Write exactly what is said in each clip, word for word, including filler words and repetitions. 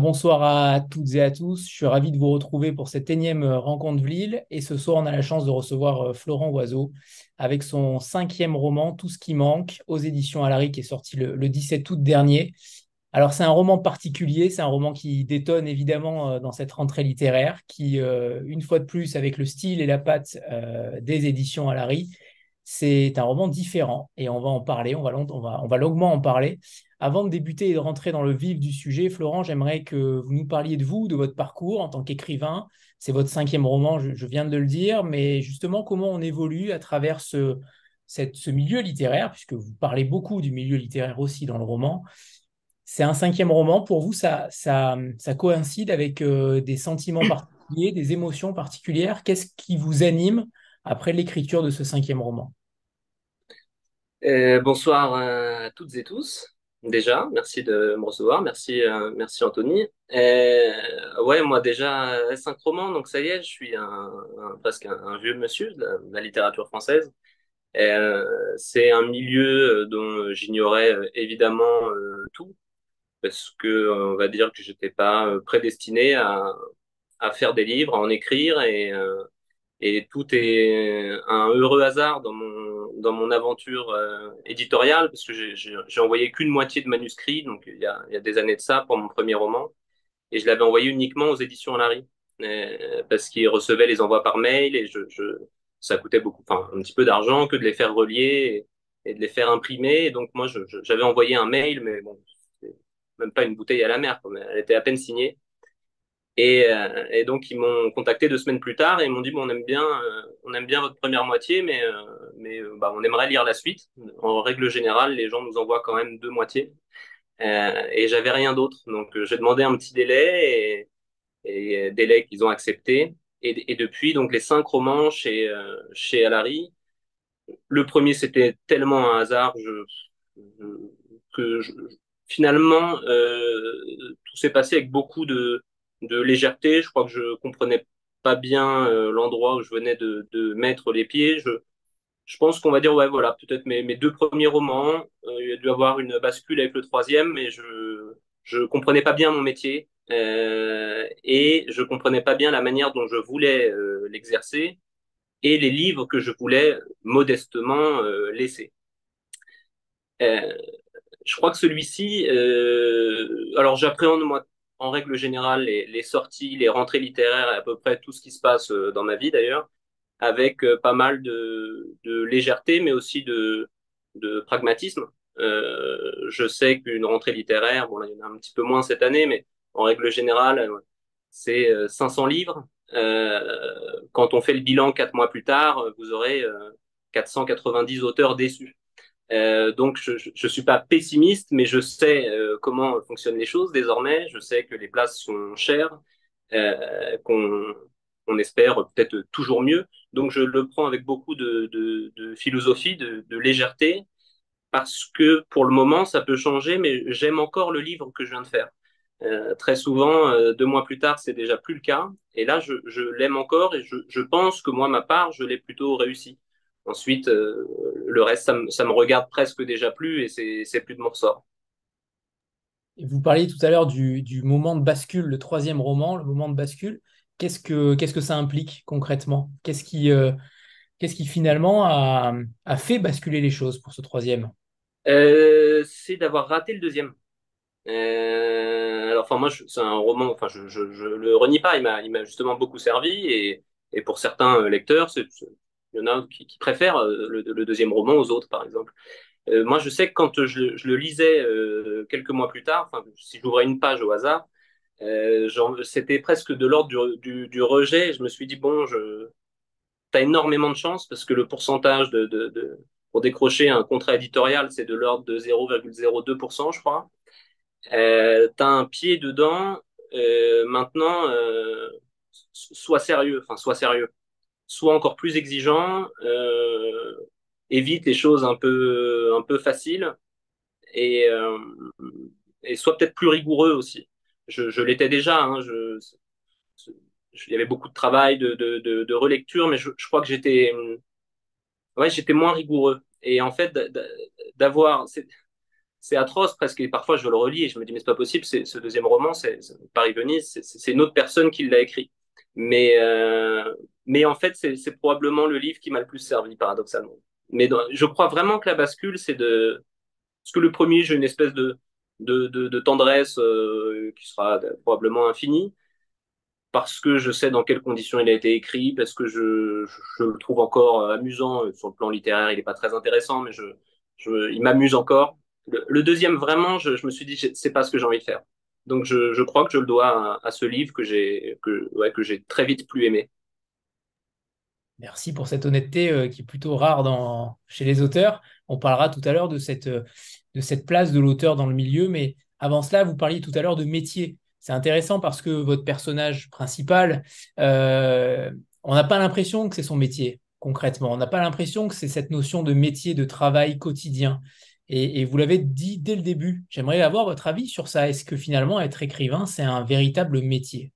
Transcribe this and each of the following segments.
bonsoir à toutes et à tous. Je suis ravi de vous retrouver pour cette énième euh, rencontre Vlil. Et ce soir, on a la chance de recevoir euh, Florent Oiseau avec son cinquième roman, Tout ce qui manque, aux éditions Alary, qui est sorti le, le dix-sept août dernier. Alors, c'est un roman particulier, c'est un roman qui détonne évidemment euh, dans cette rentrée littéraire, qui, euh, une fois de plus, avec le style et la patte euh, des éditions Alary, c'est un roman différent et on va en parler, on va, long- on va, on va longuement en parler. Avant de débuter et de rentrer dans le vif du sujet, Florent, j'aimerais que vous nous parliez de vous, de votre parcours en tant qu'écrivain. C'est votre cinquième roman, je, je viens de le dire, mais justement, comment on évolue à travers ce, cette- ce milieu littéraire, puisque vous parlez beaucoup du milieu littéraire aussi dans le roman. C'est un cinquième roman. Pour vous, ça, ça, ça coïncide avec euh, des sentiments particuliers, des émotions particulières. Qu'est-ce qui vous anime après l'écriture de ce cinquième roman? Euh, bonsoir euh, à toutes et tous. Déjà, merci de me recevoir. Merci, euh, merci Anthony. Euh, ouais, moi déjà, euh, cinq romans, donc ça y est, je suis un, un- presque un, un vieux monsieur de la, de la littérature française. Euh, c'est un milieu euh, dont j'ignorais euh, évidemment euh, tout, parce que euh, on va dire que j'étais pas euh, prédestiné à, à faire des livres, à en écrire, et euh, et tout est un heureux hasard dans mon, dans mon aventure euh, éditoriale, parce que j'ai j'ai- j'ai envoyé qu'une moitié de manuscrit, donc il y a, il y a des années de ça, pour mon premier roman, et je l'avais envoyé uniquement aux éditions Larry, euh, parce qu'ils recevaient les envois par mail, et je, je, ça coûtait beaucoup, enfin, un petit peu d'argent que de les faire relier et, et de les faire imprimer, et donc moi, je, je- j'avais envoyé un mail, mais bon, c'est même pas une bouteille à la mer, quoi, mais elle était à peine signée. Et, euh, et donc ils m'ont contacté deux semaines plus tard et ils m'ont dit bon, on aime bien euh, on aime bien votre première moitié, mais euh, mais euh, bah, on aimerait lire la suite. En règle générale, les gens nous envoient quand même deux moitiés. Euh, et j'avais rien d'autre, donc euh, j'ai demandé un petit délai et, et délai qu'ils ont accepté. Et, et depuis donc les cinq romans chez euh, chez Alary. Le premier c'était tellement un hasard je, je- que je- finalement euh, tout s'est passé avec beaucoup de de légèreté. Je crois que je comprenais pas bien euh, l'endroit où je venais de, de mettre les pieds. Je, je pense qu'on va dire, ouais, voilà, peut-être mes, mes deux premiers romans. Euh, il y a dû avoir une bascule avec le troisième, mais je je comprenais pas bien mon métier euh, et je comprenais pas bien la manière dont je voulais euh, l'exercer et les livres que je voulais modestement euh, laisser. Euh, je crois que celui-ci, euh, alors j'appréhende moi en règle générale les, les sorties, les rentrées littéraires et à peu près tout ce qui se passe euh, dans ma vie d'ailleurs, avec euh, pas mal de, de légèreté, mais aussi de, de pragmatisme. Euh, je sais qu'une rentrée littéraire, bon là il y en a un petit peu moins cette année, mais en règle générale, euh, c'est euh, cinq cents livres. Euh, quand on fait le bilan quatre mois plus tard, vous aurez euh, quatre cent quatre-vingt-dix auteurs déçus. Euh, donc je, je, je suis pas pessimiste, mais je sais euh, comment fonctionnent les choses désormais. Je sais que les places sont chères, euh, qu'on on espère peut-être toujours mieux. Donc je le prends avec beaucoup de, de, de philosophie, de, de légèreté, parce que pour le moment ça peut changer, mais j'aime encore le livre que je viens de faire. Euh, très souvent, euh, deux mois plus tard, c'est déjà plus le cas. Et là, je, je l'aime encore et je, je pense que moi, ma part, je l'ai plutôt réussi. Ensuite, euh, le reste, ça me, ça me regarde presque déjà plus et c'est, c'est plus de mon ressort. Et vous parliez tout à l'heure du, du moment de bascule, le troisième roman, le moment de bascule. Qu'est-ce que, qu'est-ce que ça implique concrètement? Qu'est-ce qui, euh, qu'est-ce qui finalement a, a fait basculer les choses pour ce troisième? Euh, c'est d'avoir raté le deuxième. Euh, alors, enfin, moi, je- c'est un roman, enfin, je, je, je le renie pas, il m'a, il m'a justement beaucoup servi et, et pour certains euh, lecteurs, c'est, c'est- il y en a qui, qui préfèrent euh, le, le deuxième roman aux autres, par exemple. Euh, moi, je sais que quand je, je le lisais euh, quelques mois plus tard, enfin, si j'ouvrais une page au hasard, euh, genre, c'était presque de l'ordre du, du, du rejet. Je me suis dit, bon, je, t'as énormément de chance parce que le pourcentage de, de, de, pour décrocher un contrat éditorial, c'est de l'ordre de zéro virgule zéro deux pour cent, je crois. Euh, t'as un pied dedans. Euh, maintenant, euh, sois sérieux, enfin, sois sérieux. Sois encore plus exigeant. Euh, évite les choses un peu, un peu faciles et, euh, et sois peut-être plus rigoureux aussi. Je, je l'étais déjà, hein, je, je- il y avait beaucoup de travail, de, de, de, de relecture, mais je, je crois que j'étais ouais, j'étais moins rigoureux. Et en fait, d'a- d'a- d'avoir, c'est c'est atroce presque. Et parfois, je le relis et je me dis, mais c'est pas possible, c'est, ce deuxième roman, c'est, c'est Paris-Venise, c'est c'est une autre personne qui l'a écrit. Mais, euh, mais en fait, c'est c'est probablement le livre qui m'a le plus servi, paradoxalement. Mais dans- je crois vraiment que la bascule, c'est de... Parce que le premier, j'ai une espèce de, de, de, de tendresse euh, qui sera probablement infinie, parce que je sais dans quelles conditions il a été écrit, parce que je, je, je le trouve encore euh, amusant. Sur le plan littéraire, il n'est pas très intéressant, mais je, je, il m'amuse encore. Le, le deuxième, vraiment, je, je me suis dit, c'est pas ce que j'ai envie de faire. Donc, je, je crois que je le dois à, à ce livre que j'ai que, ouais, que j'ai très vite plus aimé. Merci pour cette honnêteté euh, qui est plutôt rare dans, chez les auteurs. On parlera tout à l'heure de cette, euh, de cette place de l'auteur dans le milieu, mais avant cela, vous parliez tout à l'heure de métier. C'est intéressant parce que votre personnage principal, euh, on n'a pas l'impression que c'est son métier, concrètement. On n'a pas l'impression que c'est cette notion de métier, de travail quotidien. Et, et vous l'avez dit dès le début. J'aimerais avoir votre avis sur ça. Est-ce que finalement, être écrivain, c'est un véritable métier?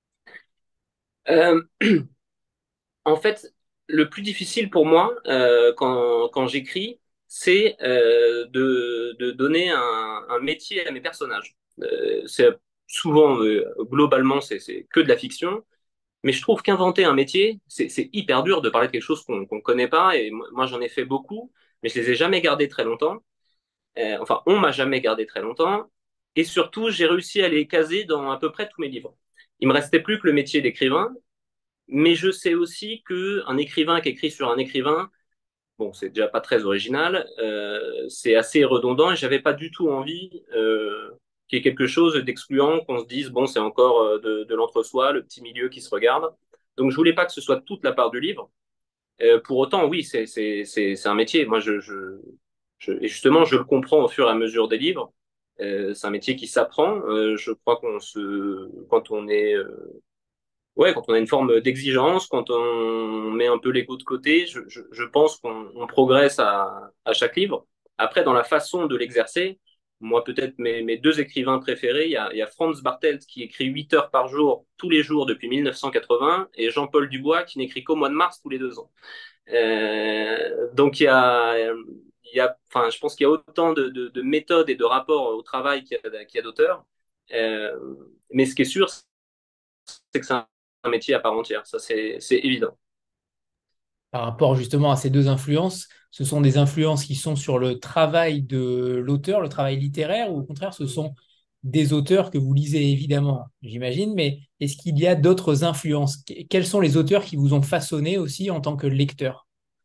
Euh, En fait, le plus difficile pour moi euh, quand, quand j'écris, c'est euh, de, de donner un, un métier à mes personnages. Euh, c'est souvent, euh, globalement, c'est c'est que de la fiction, mais je trouve qu'inventer un métier, c'est c'est hyper dur de parler de quelque chose qu'on qu'on connaît pas. Et moi, moi, j'en ai fait beaucoup, mais je les ai jamais gardés très longtemps. Euh, enfin, on m'a jamais gardé très longtemps. Et surtout, j'ai réussi à les caser dans à peu près tous mes livres. Il me restait plus que le métier d'écrivain, mais je sais aussi que un écrivain qui écrit sur un écrivain, bon, c'est déjà pas très original, euh, c'est assez redondant et j'avais pas du tout envie euh, qu'il y ait quelque chose d'excluant, qu'on se dise, bon, c'est encore euh, de, de l'entre-soi, le petit milieu qui se regarde. Donc, je voulais pas que ce soit toute la part du livre. Euh, pour autant, oui, c'est c'est c'est c'est un métier. Moi, je je, je et justement, je le comprends au fur et à mesure des livres. Euh, c'est un métier qui s'apprend. Euh, je crois qu'on se quand on est euh, ouais, quand on a une forme d'exigence, quand on met un peu l'ego de côté, je, je, je pense qu'on on progresse à, à chaque livre. Après, dans la façon de l'exercer, moi, peut-être mes, mes deux écrivains préférés, il y a, il y a Franz Bartels qui écrit huit heures par jour, tous les jours depuis mille neuf cent quatre-vingts, et Jean-Paul Dubois qui n'écrit qu'au mois de mars tous les deux ans. Euh, donc, il y a, il y a, enfin, je pense qu'il y a autant de, de, de méthodes et de rapports au travail qu'il y a, qu'il y a d'auteurs. Euh, mais ce qui est sûr, c'est que c'est un un métier à part entière, ça c'est c'est évident. Par rapport justement à ces deux influences, ce sont des influences qui sont sur le travail de l'auteur, le travail littéraire, ou au contraire, ce sont des auteurs que vous lisez évidemment, j'imagine, mais est-ce qu'il y a d'autres influences? Que- Quels sont les auteurs qui vous ont façonné aussi en tant que lecteur?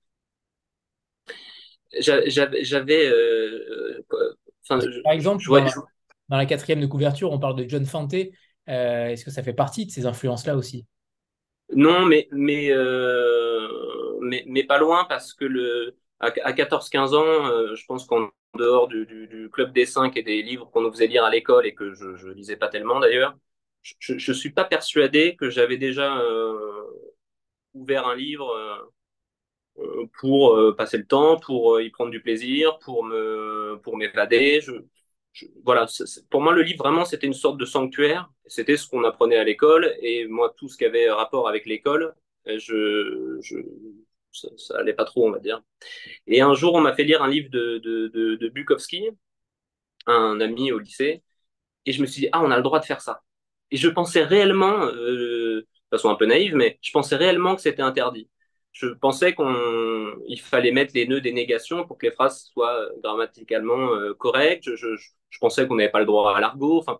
J'a- J'avais, j'avais, euh, euh, enfin, Parce que, je, par je, exemple, je vois, dans, je- dans la quatrième de couverture, on parle de John Fante. Euh, est-ce que ça fait partie de ces influences-là aussi? non, mais mais, euh, mais mais pas loin parce que le à, à quatorze quinze ans, euh, je pense qu'en dehors du, du, du club des cinq et des livres qu'on nous faisait lire à l'école et que je je lisais pas tellement d'ailleurs, je, je je suis pas persuadé que j'avais déjà euh, ouvert un livre. Euh, euh, pour euh, passer le temps, pour euh, y prendre du plaisir, pour me, pour m'évader. Je, je- voilà, c'est- c'est- pour moi, le livre, vraiment, c'était une sorte de sanctuaire. C'était ce qu'on apprenait à l'école. Et moi, tout ce qui avait rapport avec l'école, euh, je, je, ça, ça allait pas trop, on va dire. Et un jour, on m'a fait lire un livre de, de, de, de Bukowski, un ami au lycée. Et je me suis dit, ah, on a le droit de faire ça. Et je pensais réellement, euh, de façon un peu naïve, mais je pensais réellement que c'était interdit. Je pensais qu'on, il fallait mettre les nœuds des négations pour que les phrases soient grammaticalement euh, correctes. Je, je, je pensais qu'on n'avait pas le droit à l'argot. Enfin,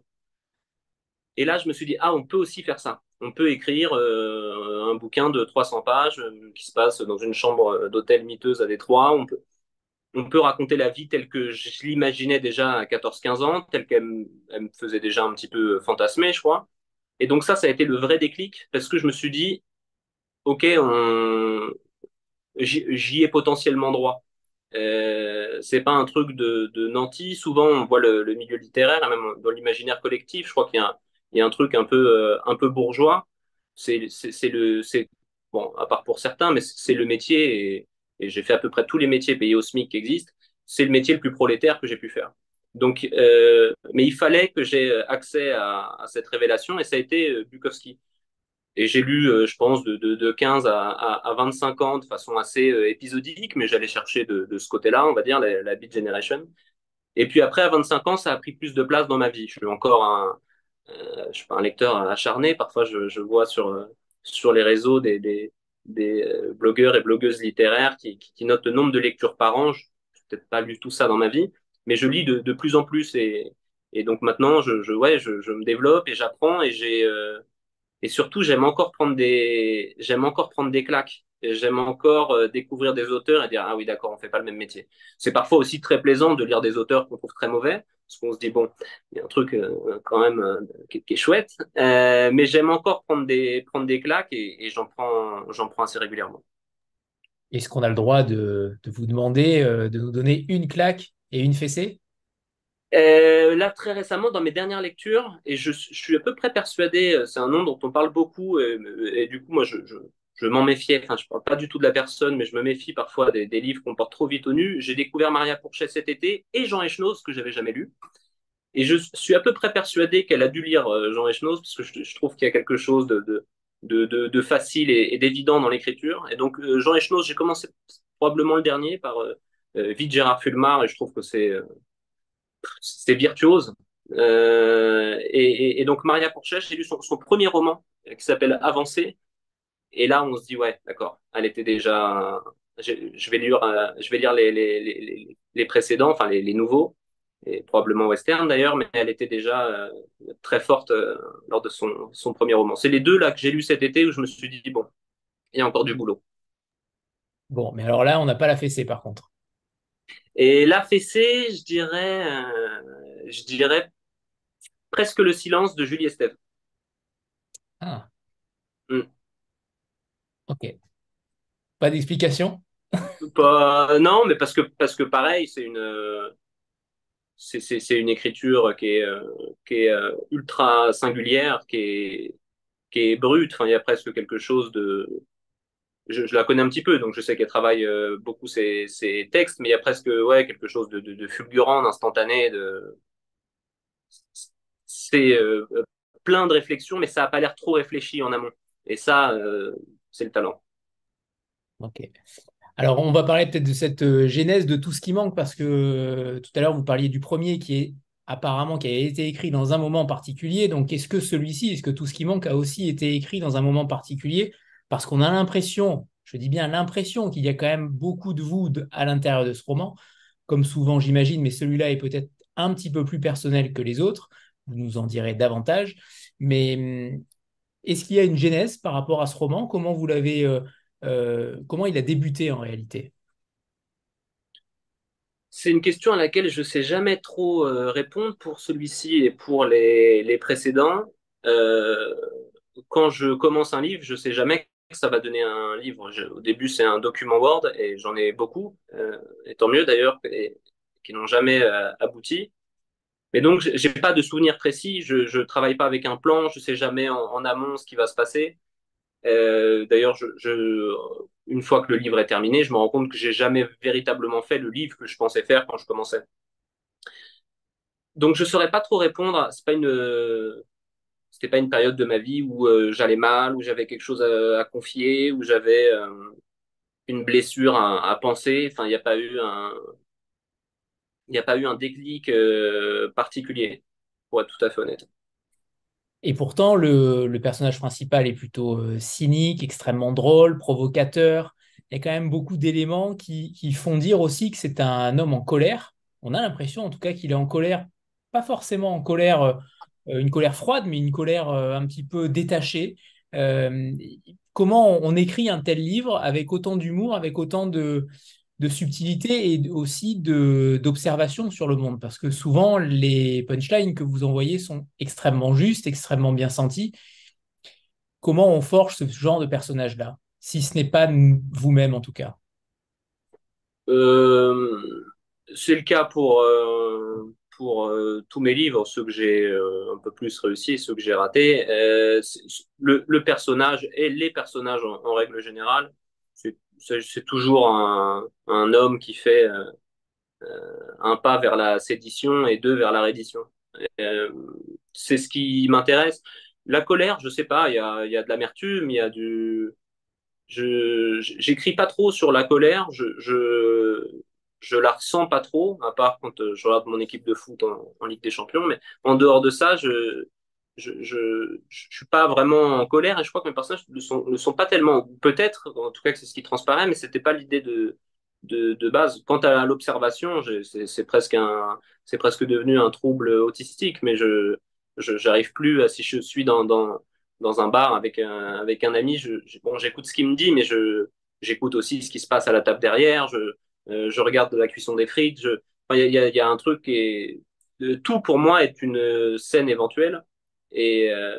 et là, je me suis dit, ah, on peut aussi faire ça. On peut écrire euh, un bouquin de trois cents pages euh, qui se passe dans une chambre d'hôtel miteuse à Détroit. On peut, on peut raconter la vie telle que je l'imaginais déjà à quatorze quinze ans, telle qu'elle me elle me faisait déjà un petit peu fantasmer, je crois. Et donc ça, ça a été le vrai déclic parce que je me suis dit, OK, on... j'y j'y ai potentiellement droit. Euh, c'est pas un truc de, de nanti. Souvent, on voit le, le milieu littéraire, même dans l'imaginaire collectif, je crois qu'il y a un, il y a un truc un peu, euh, un peu bourgeois. C'est, c'est, c'est le, c'est, bon, à part pour certains, mais c'est le métier, et, et j'ai fait à peu près tous les métiers payés au SMIC qui existent. C'est le métier le plus prolétaire que j'ai pu faire. Donc, euh, mais il fallait que j'ai accès à, à cette révélation, et ça a été euh, Bukowski. Et j'ai lu, euh, je pense, de, de, de quinze à, à, à vingt-cinq ans de façon assez euh, épisodique, mais j'allais chercher de, de ce côté-là, on va dire, la, la Beat Generation. Et puis après, à vingt-cinq ans, ça a pris plus de place dans ma vie. Je suis encore un, euh, je suis pas un lecteur acharné. Parfois, je, je vois sur, euh, sur les réseaux des, des, des euh, blogueurs et blogueuses littéraires qui, qui, qui notent le nombre de lectures par an. Je n'ai peut-être pas lu tout ça dans ma vie, mais je lis de, de plus en plus. Et, et donc maintenant, je, je, ouais, je, je me développe et j'apprends et j'ai, euh, et surtout, j'aime encore prendre des, j'aime encore prendre des claques. Et j'aime encore euh, découvrir des auteurs et dire, ah oui, d'accord, on fait pas le même métier. C'est parfois aussi très plaisant de lire des auteurs qu'on trouve très mauvais, parce qu'on se dit, bon, il y a un truc euh, quand même euh, qui, qui est chouette. Euh, mais j'aime encore prendre des, prendre des claques et, et j'en prends, j'en prends assez régulièrement. Est-ce qu'on a le droit de, de vous demander euh, de nous donner une claque et une fessée? Euh, là, très récemment, dans mes dernières lectures, et je, je suis à peu près persuadé, euh, c'est un nom dont on parle beaucoup, et, et du coup, moi, je, je, je m'en méfiais. Enfin, je parle pas du tout de la personne, mais je me méfie parfois des, des livres qu'on porte trop vite au nu. J'ai découvert Maria Pourchet cet été et Jean Echenoz, que j'avais jamais lu. Et je suis à peu près persuadé qu'elle a dû lire euh, Jean Echenoz, parce que je, je trouve qu'il y a quelque chose de, de, de, de, de facile et, et d'évident dans l'écriture. Et donc, euh, Jean Echenoz, j'ai commencé probablement le dernier par euh, euh, Vite Gérard Fulmar, et je trouve que c'est euh, c'est virtuose. Euh, et, et, et, donc Maria Pourchet, j'ai lu son, son, premier roman euh, qui s'appelle Avancée. Et là, on se dit ouais, d'accord. Elle était déjà. Je, je vais lire, euh, je vais lire les, les, les, les précédents, enfin les, les nouveaux, et probablement western d'ailleurs, mais elle était déjà euh, très forte euh, lors de son, son premier roman. C'est les deux là que j'ai lu cet été où je me suis dit bon, il y a encore du boulot. Bon, mais alors là, on n'a pas la fessée par contre. Et la fessée, je dirais, euh, je dirais presque le silence de Julie Estève. Ah, Mm. ok. Pas d'explication? Pas, non, mais parce que parce que pareil, c'est une euh, c'est c'est c'est une écriture qui est euh, qui est euh, ultra singulière, qui est qui est brute. Enfin, il y a presque quelque chose de je, je la connais un petit peu, donc je sais qu'elle travaille euh, beaucoup ses ses textes, mais il y a presque ouais quelque chose de de, de fulgurant, d'instantané, de c'est euh, plein de réflexions, mais ça a pas l'air trop réfléchi en amont. Et ça, euh, c'est le talent. Ok. Alors, on va parler peut-être de cette euh, genèse de tout ce qui manque parce que euh, tout à l'heure, vous parliez du premier qui est apparemment qui a été écrit dans un moment particulier. Donc, est-ce que celui-ci, est-ce que tout ce qui manque a aussi été écrit dans un moment particulier? Parce qu'on a l'impression, je dis bien l'impression, qu'il y a quand même beaucoup de vous de- à l'intérieur de ce roman, comme souvent j'imagine, mais celui-là est peut-être un petit peu plus personnel que les autres. Vous nous en direz davantage. Mais hum, est-ce qu'il y a une genèse par rapport à ce roman? Comment vous l'avez, euh, euh, comment il a débuté en réalité? C'est une question à laquelle je sais jamais trop euh, répondre pour celui-ci et pour les, les précédents. Euh, quand je commence un livre, je sais jamais que ça va donner un livre. Je- au début, c'est un document Word et j'en ai beaucoup, euh, et tant mieux d'ailleurs, et- qui n'ont jamais euh, abouti. Mais donc, j'ai j'ai pas de souvenir précis. Je, je travaille pas avec un plan. Je sais jamais en, en amont ce qui va se passer. Euh, d'ailleurs, je, je, une fois que le livre est terminé, je me rends compte que j'ai jamais véritablement fait le livre que je pensais faire quand je commençais. Donc je saurais pas trop répondre. C'est pas une, euh, c'était pas une période de ma vie où euh, j'allais mal, où j'avais quelque chose à, à confier, où j'avais euh, une blessure à, à penser. Enfin, il n'y a pas eu un, il y a pas eu un déclic euh, particulier, pour être tout à fait honnête. Et pourtant, le, le personnage principal est plutôt euh, cynique, extrêmement drôle, provocateur. Il y a quand même beaucoup d'éléments qui, qui font dire aussi que c'est un homme en colère. On a l'impression, en tout cas, qu'il est en colère, pas forcément en colère, euh, une colère froide, mais une colère euh, un petit peu détachée. Euh, Comment on écrit un tel livre avec autant d'humour, avec autant de, de subtilité et aussi de, d'observation sur le monde. Parce que souvent, les punchlines que vous envoyez sont extrêmement justes, extrêmement bien senties. Comment on forge ce genre de personnage-là, si ce n'est pas vous-même en tout cas? Euh, c'est le cas pour euh, pour euh, tous mes livres, ceux que j'ai euh, un peu plus réussi, ceux que j'ai ratés. Euh, c'est- le, le personnage et les personnages en, en règle générale, c'est c'est- c'est toujours un, un homme qui fait euh, un pas vers la sédition et deux vers la reddition. Euh, c'est ce qui m'intéresse. La colère, je sais pas, il y a, il y a de l'amertume, il y a du je j'écris pas trop sur la colère. Je, je je la ressens pas trop, à part quand euh, je regarde mon équipe de foot en, en Ligue des Champions. Mais en dehors de ça, je, je, je, je suis pas vraiment en colère et je crois que mes personnages ne sont, ne sont pas tellement, peut-être, en tout cas que c'est ce qui transparaît, mais c'était pas l'idée de, de, de base. Quant à l'observation, j'ai- c'est c'est presque un, c'est presque devenu un trouble autistique, mais je, je, j'arrive plus à, si je suis dans, dans, dans un bar avec un, avec un ami, je, je- bon, j'écoute ce qu'il me dit, mais je, j'écoute aussi ce qui se passe à la table derrière, je, euh, je regarde de la cuisson des frites, je, enfin, il y a, il y a, il y a un truc qui est, euh, tout pour moi est une scène éventuelle. Et, euh,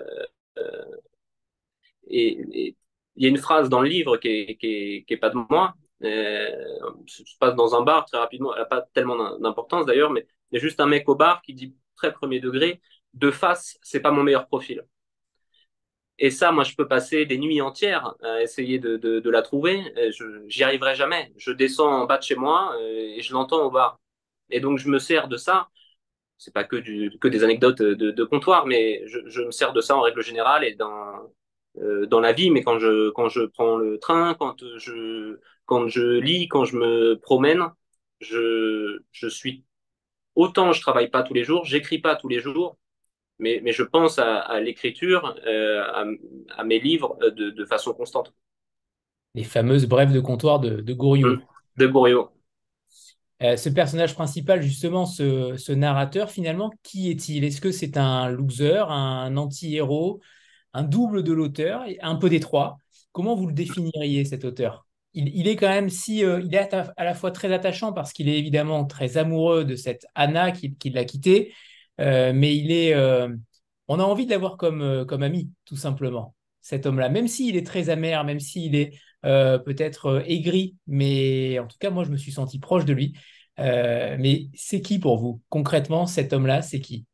et, et il y a une phrase dans le livre qui est, qui est, qui est pas de moi. Euh, ça se passe dans un bar très rapidement. Elle n'a pas tellement d'importance d'ailleurs, mais il y a juste un mec au bar qui dit très premier degré, de face, c'est pas mon meilleur profil. Et ça, moi, je peux passer des nuits entières à essayer de, de, de la trouver. Et je, j'y arriverai jamais. Je descends en bas de chez moi euh, et je l'entends au bar. Et donc, je me sers de ça. C'est pas que du que des anecdotes de, de comptoir, mais je, je me sers de ça en règle générale et dans euh, dans la vie. Mais quand je quand je prends le train, quand je quand je lis, quand je me promène, je je suis autant je travaille pas tous les jours, j'écris pas tous les jours, mais mais je pense à, à l'écriture, euh, à, à mes livres euh, de, de façon constante. Les fameuses brèves de comptoir de, de Hum. Goriot. De Goriot. Euh, ce personnage principal, justement, ce, ce narrateur, finalement, qui est-il? Est-ce que c'est un loser, un anti-héros, un double de l'auteur, et un peu des trois? Comment vous le définiriez, cet auteur? Il, il est quand même si, euh, il est à, à la fois très attachant parce qu'il est évidemment très amoureux de cette Anna qui, qui l'a quitté, euh, mais il est, euh, on a envie de l'avoir comme, euh, comme ami, tout simplement, cet homme-là. Même s'il est très amer, même s'il est euh, peut-être euh, aigri, mais en tout cas, moi, je me suis senti proche de lui. Euh, mais c'est qui pour vous? Concrètement, cet homme-là, c'est qui?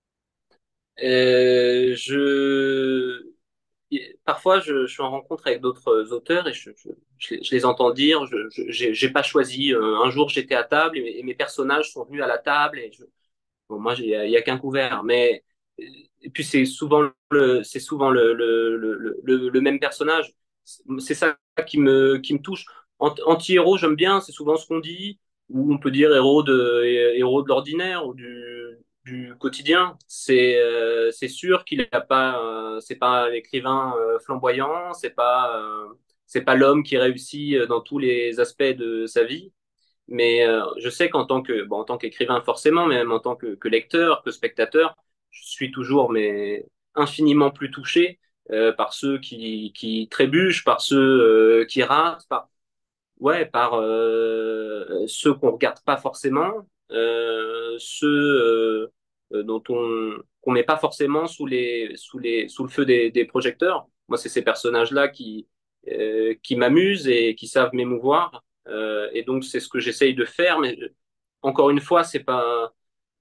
Euh, je Parfois, je, je suis en rencontre avec d'autres auteurs et je, je, je les je les entends dire, je, je, j'ai j'ai pas choisi. Euh, un jour, j'étais à table et mes, et mes personnages sont venus à la table et je, bon, moi, il y a, il y a qu'un couvert, mais et puis c'est souvent le, c'est souvent le, le, le, le, le même personnage. C'est ça qui me, qui me touche. Ant- Anti-héros, j'aime bien, c'est souvent ce qu'on dit, ou on peut dire héros de, héros de l'ordinaire ou du, du quotidien. C'est, euh, c'est sûr qu'il n'a pas, euh, c'est pas l'écrivain euh, flamboyant, c'est pas, euh, c'est pas l'homme qui réussit euh, dans tous les aspects de sa vie. Mais euh, je sais qu'en tant que, bon, en tant qu'écrivain forcément, mais même en tant que, que lecteur, que spectateur, je suis toujours mais infiniment plus touché euh, par ceux qui, qui trébuchent, par ceux euh, qui ratent, par ouais, par euh, ceux qu'on regarde pas forcément, euh, ceux euh, euh, dont on qu'on met pas forcément sous les sous les sous le feu des, des projecteurs. Moi, c'est ces personnages-là qui euh, qui m'amusent et qui savent m'émouvoir. Euh, et donc, c'est ce que j'essaye de faire. Mais euh, encore une fois, c'est pas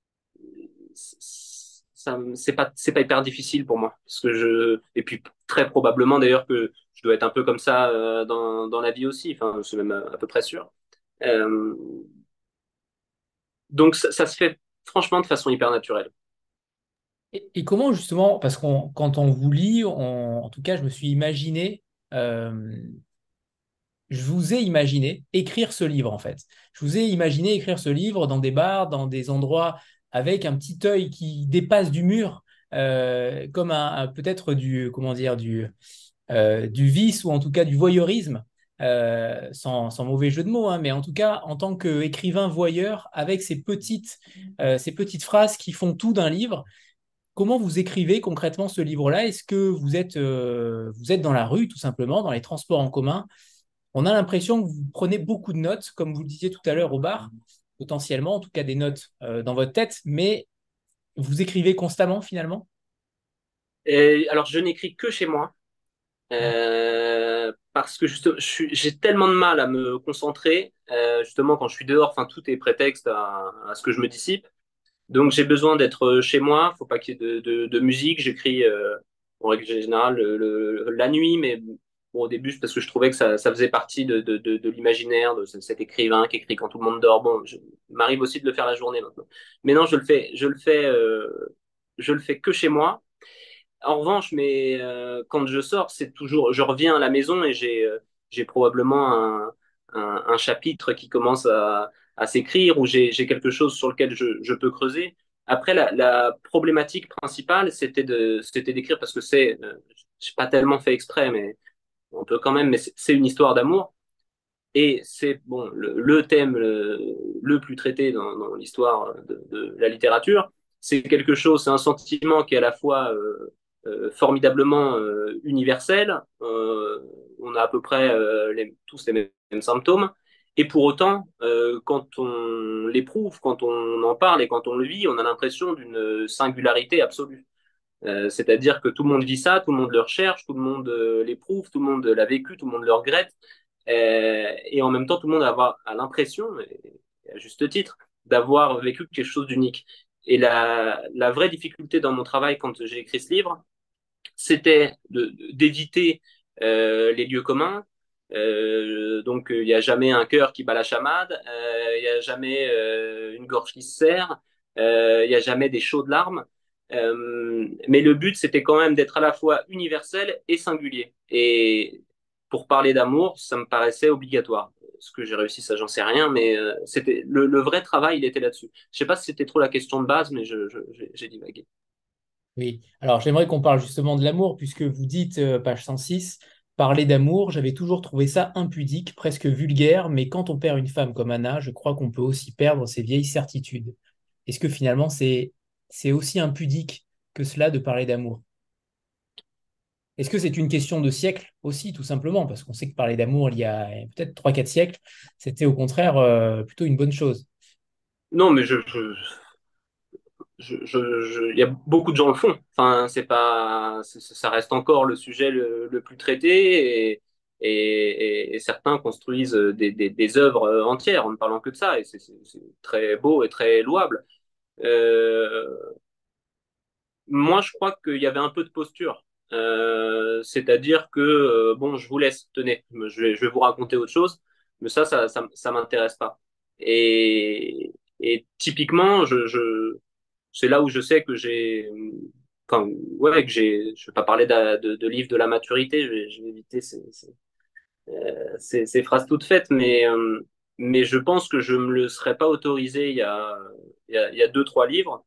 ça, c'est pas c'est pas hyper difficile pour moi parce que je et puis très probablement d'ailleurs que je dois être un peu comme ça euh, dans dans la vie aussi. Enfin, c'est même à, à peu près sûr. Euh, donc ça, ça se fait franchement de façon hyper naturelle. Et, et comment justement, parce qu'on quand on vous lit, on- en tout cas, je me suis imaginé, euh, je vous ai imaginé écrire ce livre en fait. Je vous ai imaginé écrire ce livre dans des bars, dans des endroits avec un petit œil qui dépasse du mur, euh, comme un, un- peut-être du, comment dire, du, euh, du vice ou en tout cas du voyeurisme, euh, sans, sans mauvais jeu de mots, hein, mais en tout cas en tant qu'écrivain voyeur, avec ces petites, euh, ces petites phrases qui font tout d'un livre. Comment vous écrivez concrètement ce livre-là? Est-ce que vous êtes, euh, vous êtes dans la rue, tout simplement, dans les transports en commun? On a l'impression que vous prenez beaucoup de notes, comme vous le disiez tout à l'heure au bar, potentiellement, en tout cas des notes euh, dans votre tête, mais vous écrivez constamment finalement? Et alors je n'écris que chez moi Ouais. euh, parce que juste, je suis- j'ai tellement de mal à me concentrer euh, justement quand je suis dehors. Enfin tout est prétexte à, à ce que je me dissipe. Donc j'ai besoin d'être chez moi. Faut pas qu'il y ait de, de, de musique. J'écris euh, en règle générale le, le- la nuit, mais bon, au début c'est parce que je trouvais que ça, ça faisait partie de, de, de, de l'imaginaire de ce- cet écrivain qui écrit quand tout le monde dort. Bon, je, il m'arrive aussi de le faire la journée maintenant. Mais non, je le fais, je le fais, euh, je le fais que chez moi. En revanche, mais euh, quand je sors, c'est toujours, je reviens à la maison et j'ai euh, j'ai probablement un, un, un chapitre qui commence à, à s'écrire, où j'ai j'ai quelque chose sur lequel je, je peux creuser. Après, la, la problématique principale, c'était de c'était d'écrire parce que c'est, euh, j'ai pas tellement fait exprès, mais on peut quand même, mais c'est c'est une histoire d'amour. Et c'est bon le, le thème le, le plus traité dans, dans l'histoire de, de la littérature. C'est quelque chose, c'est un sentiment qui est à la fois euh, euh, formidablement euh, universel. Euh, on a à peu près euh, les, tous les mêmes, mêmes symptômes. Et pour autant, euh, quand on l'éprouve, quand on en parle et quand on le vit, on a l'impression d'une singularité absolue. Euh, c'est-à-dire que tout le monde vit ça, tout le monde le recherche, tout le monde euh, l'éprouve, tout le monde l'a vécu, tout le monde le regrette. Euh, et en même temps, tout le monde a, avoir- a l'impression, et à juste titre, d'avoir vécu quelque chose d'unique. Et la, la vraie difficulté dans mon travail quand j'ai écrit ce livre, c'était de- d'éviter euh, les lieux communs. Euh, donc, il n'y a jamais un cœur qui bat la chamade, euh, il n'y a jamais euh, une gorge qui se serre, euh, il n'y a jamais des chaudes larmes. Euh, mais le but, c'était quand même d'être à la fois universel et singulier. Et pour parler d'amour, ça me paraissait obligatoire. Ce que j'ai réussi, ça, j'en sais rien, mais euh, c'était le, le vrai travail, il était là-dessus. Je sais pas si c'était trop la question de base, mais je, je- j'ai j'ai divagué. Oui, alors j'aimerais qu'on parle justement de l'amour, puisque vous dites, euh, page cent six, parler d'amour, j'avais toujours trouvé ça impudique, presque vulgaire, mais quand on perd une femme comme Anna, je crois qu'on peut aussi perdre ses vieilles certitudes. Est-ce que finalement c'est c'est aussi impudique que cela de parler d'amour? Est-ce que c'est une question de siècle aussi, tout simplement, parce qu'on sait que parler d'amour il y a peut-être trois quatre siècles, c'était au contraire euh, plutôt une bonne chose. Non, mais je, je, je, je, je- il y a beaucoup de gens le font. Enfin, c'est pas, c'est- ça reste encore le sujet le, le plus traité et, et, et certains construisent des, des, des œuvres entières en ne parlant que de ça et c'est c'est- c'est très beau et très louable. Euh, Moi, je crois qu'il y avait un peu de posture. Euh, c'est-à-dire que, euh, bon, je vous laisse, tenez, je vais, je vais vous raconter autre chose, mais ça, ça, ça, ça m'intéresse pas. Et, et typiquement, je, je, c'est là où je sais que j'ai, enfin, ouais, que j'ai, je vais pas parler de, de, de livre de la maturité, je vais, je vais éviter ces, ces, euh, ces, ces phrases toutes faites, mais, euh, mais je pense que je me le serais pas autorisé il y a, il y a, il y a deux, trois livres.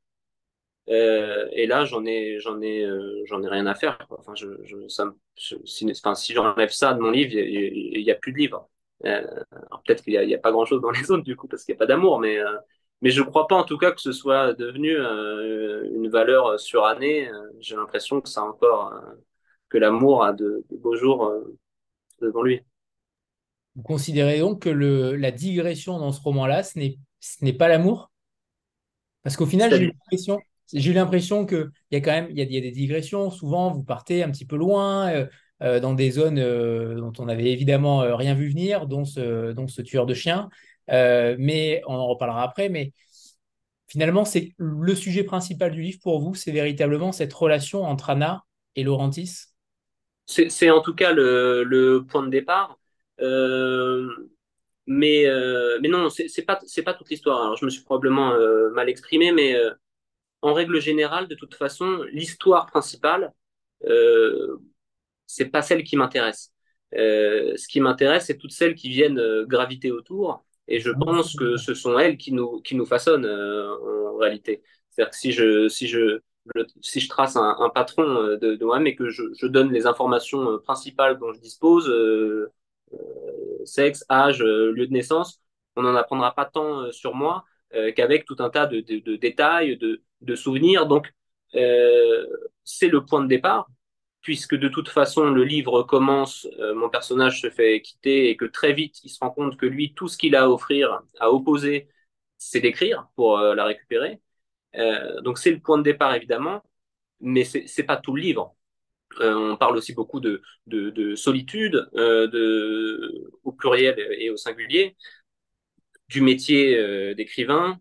Euh, et là, j'en ai, j'en ai, euh, j'en ai rien à faire, quoi. Enfin, je, je, ça me- je- si, enfin, si j'enlève ça de mon livre, il y, a il y a plus de livre. Euh, alors peut-être qu'il y a, il y a pas grand-chose dans les autres du coup parce qu'il n'y a pas d'amour, mais euh, mais je crois pas en tout cas que ce soit devenu euh, une valeur surannée. Euh, J'ai l'impression que ça a encore, euh, que l'amour a de, de beaux jours euh, devant lui. Vous considérez donc que le, la digression dans ce roman-là, ce n'est ce n'est pas l'amour? Parce qu'au final, j'ai eu C'est-à-dire, l'impression, j'ai eu l'impression qu'il y a quand même il y a, il y a des digressions. Souvent, vous partez un petit peu loin, euh, euh, dans des zones euh, dont on n'avait évidemment euh, rien vu venir, dont ce, dont ce tueur de chiens. Euh, mais on en reparlera après. Mais finalement, c'est le sujet principal du livre pour vous, c'est véritablement cette relation entre Anna et Laurentis. c'est c'est en tout cas le, le point de départ. Euh, Mais, euh, mais non, c'est c'est pas, c'est pas toute l'histoire. Alors, je me suis probablement euh, mal exprimé, mais euh, en règle générale, de toute façon, l'histoire principale, euh, c'est pas celle qui m'intéresse. Euh, ce qui m'intéresse, c'est toutes celles qui viennent euh, graviter autour, et je pense que ce sont elles qui nous, qui nous façonnent euh, en réalité. C'est-à-dire que si je, si je, le- si je trace un, un patron euh, de, de moi-même et que je, je donne les informations euh, principales dont je dispose, euh, sexe, âge, euh, lieu de naissance, on n'en apprendra pas tant euh, sur moi euh, qu'avec tout un tas de, de, de détails, de, de, souvenirs. Donc, euh, c'est le point de départ, puisque de toute façon, le livre commence, euh, mon personnage se fait quitter et que très vite, il se rend compte que lui, tout ce qu'il a à offrir, à opposer, c'est d'écrire pour euh, la récupérer. Euh, donc, c'est le point de départ, évidemment, mais c'est c'est pas tout le livre. Euh, on parle aussi beaucoup de, de, de solitude, euh, de, au pluriel et au singulier, du métier euh, d'écrivain,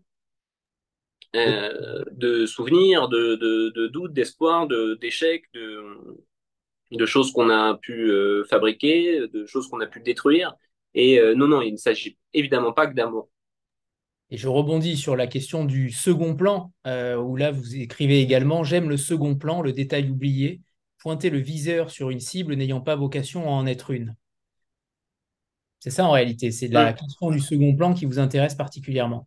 euh, de souvenirs, de, de, de doutes, d'espoirs, de, d'échecs, de, de choses qu'on a pu euh, fabriquer, de choses qu'on a pu détruire. Et euh, non, non, il ne s'agit évidemment pas que d'amour. Et je rebondis sur la question du second plan, euh, où là, vous écrivez également, j'aime le second plan, le détail oublié, pointer le viseur sur une cible n'ayant pas vocation à en être une. C'est ça en réalité, c'est la Hum. question du second plan qui vous intéresse particulièrement.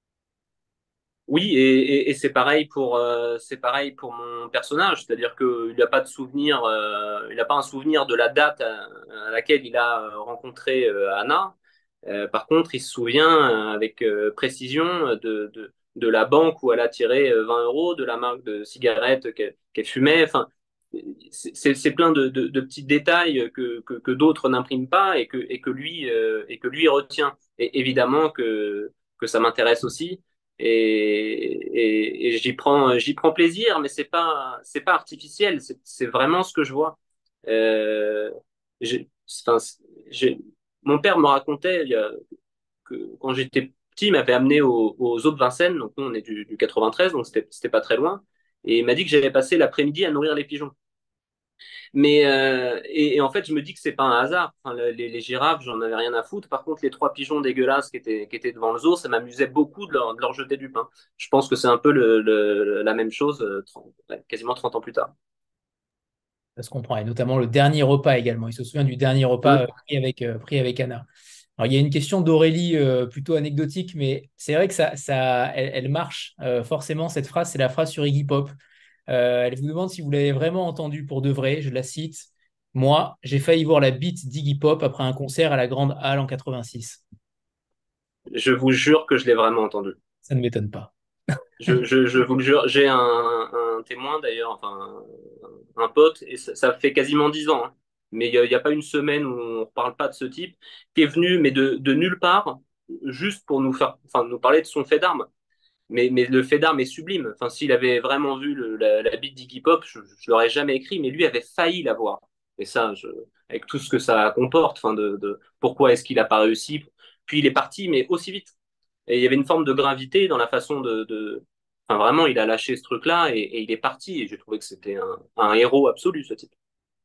Oui, et, et, et c'est pareil pour euh, c'est pareil pour mon personnage, c'est-à-dire que il n'a pas de souvenir, euh, il n'a pas un souvenir de la date à, à laquelle il a euh, rencontré euh, Anna. Euh, par contre, il se souvient euh, avec euh, précision de, de de la banque où elle a tiré euh, vingt euros, de la marque de cigarettes qu'elle qu'elle fumait. Enfin, c'est c'est c'est plein de, de, de petits détails que que, que d'autres n'impriment pas et que et que lui euh, et que lui retient. Et évidemment que que ça m'intéresse aussi et, et, et j'y prends, j'y prends plaisir, mais c'est pas, c'est pas artificiel, c'est, c'est vraiment ce que je vois. Euh, j'ai, enfin, j'ai, mon père me racontait il y a, que quand j'étais petit, il m'avait amené aux, aux eaux de Vincennes, donc nous on est du, du quatre-vingt-treize, donc c'était, c'était pas très loin, et il m'a dit que j'allais passer l'après-midi à nourrir les pigeons. Mais euh, et, et en fait, je me dis que c'est pas un hasard. Enfin, le- les, les girafes, j'en avais rien à foutre. Par contre, les trois pigeons dégueulasses qui étaient, qui étaient devant le zoo, ça m'amusait beaucoup de leur, de leur jeter du pain. Je pense que c'est un peu le, le- la même chose, euh, trente ouais, quasiment trente ans plus tard. Ça se comprend, et notamment le dernier repas également. Il se souvient du dernier repas euh, Hum. pris avec, euh, pris avec Anna. Alors, il y a une question d'Aurélie euh, plutôt anecdotique, mais c'est vrai que ça, ça, elle, elle marche euh, forcément. Cette phrase, c'est la phrase sur Iggy Pop. Euh, elle vous demande si vous l'avez vraiment entendue pour de vrai. Je la cite. Moi, j'ai failli voir la bite d'Iggy Pop après un concert à la Grande Halle en quatre-vingt-six. Je vous jure que je l'ai vraiment entendu. Ça ne m'étonne pas. Je, je, je vous le jure, j'ai un, un témoin d'ailleurs, enfin un, un pote, et ça, ça fait quasiment dix ans, hein. Mais il n'y a, il y a pas une semaine où on ne parle pas de ce type, qui est venu, mais de, de nulle part, juste pour nous faire, enfin, nous parler de son fait d'armes. Mais, mais le fait d'armes est sublime. Enfin, s'il avait vraiment vu le, la, la bite d'Iggy Pop, je, je l'aurais jamais écrit, mais lui avait failli la voir. Et ça, je, avec tout ce que ça comporte, enfin, de, de pourquoi est-ce qu'il a pas réussi. Puis il est parti, mais aussi vite. Et il y avait une forme de gravité dans la façon de, de... Enfin, vraiment, il a lâché ce truc-là et, et il est parti. Et j'ai trouvé que c'était un, un héros absolu, ce type.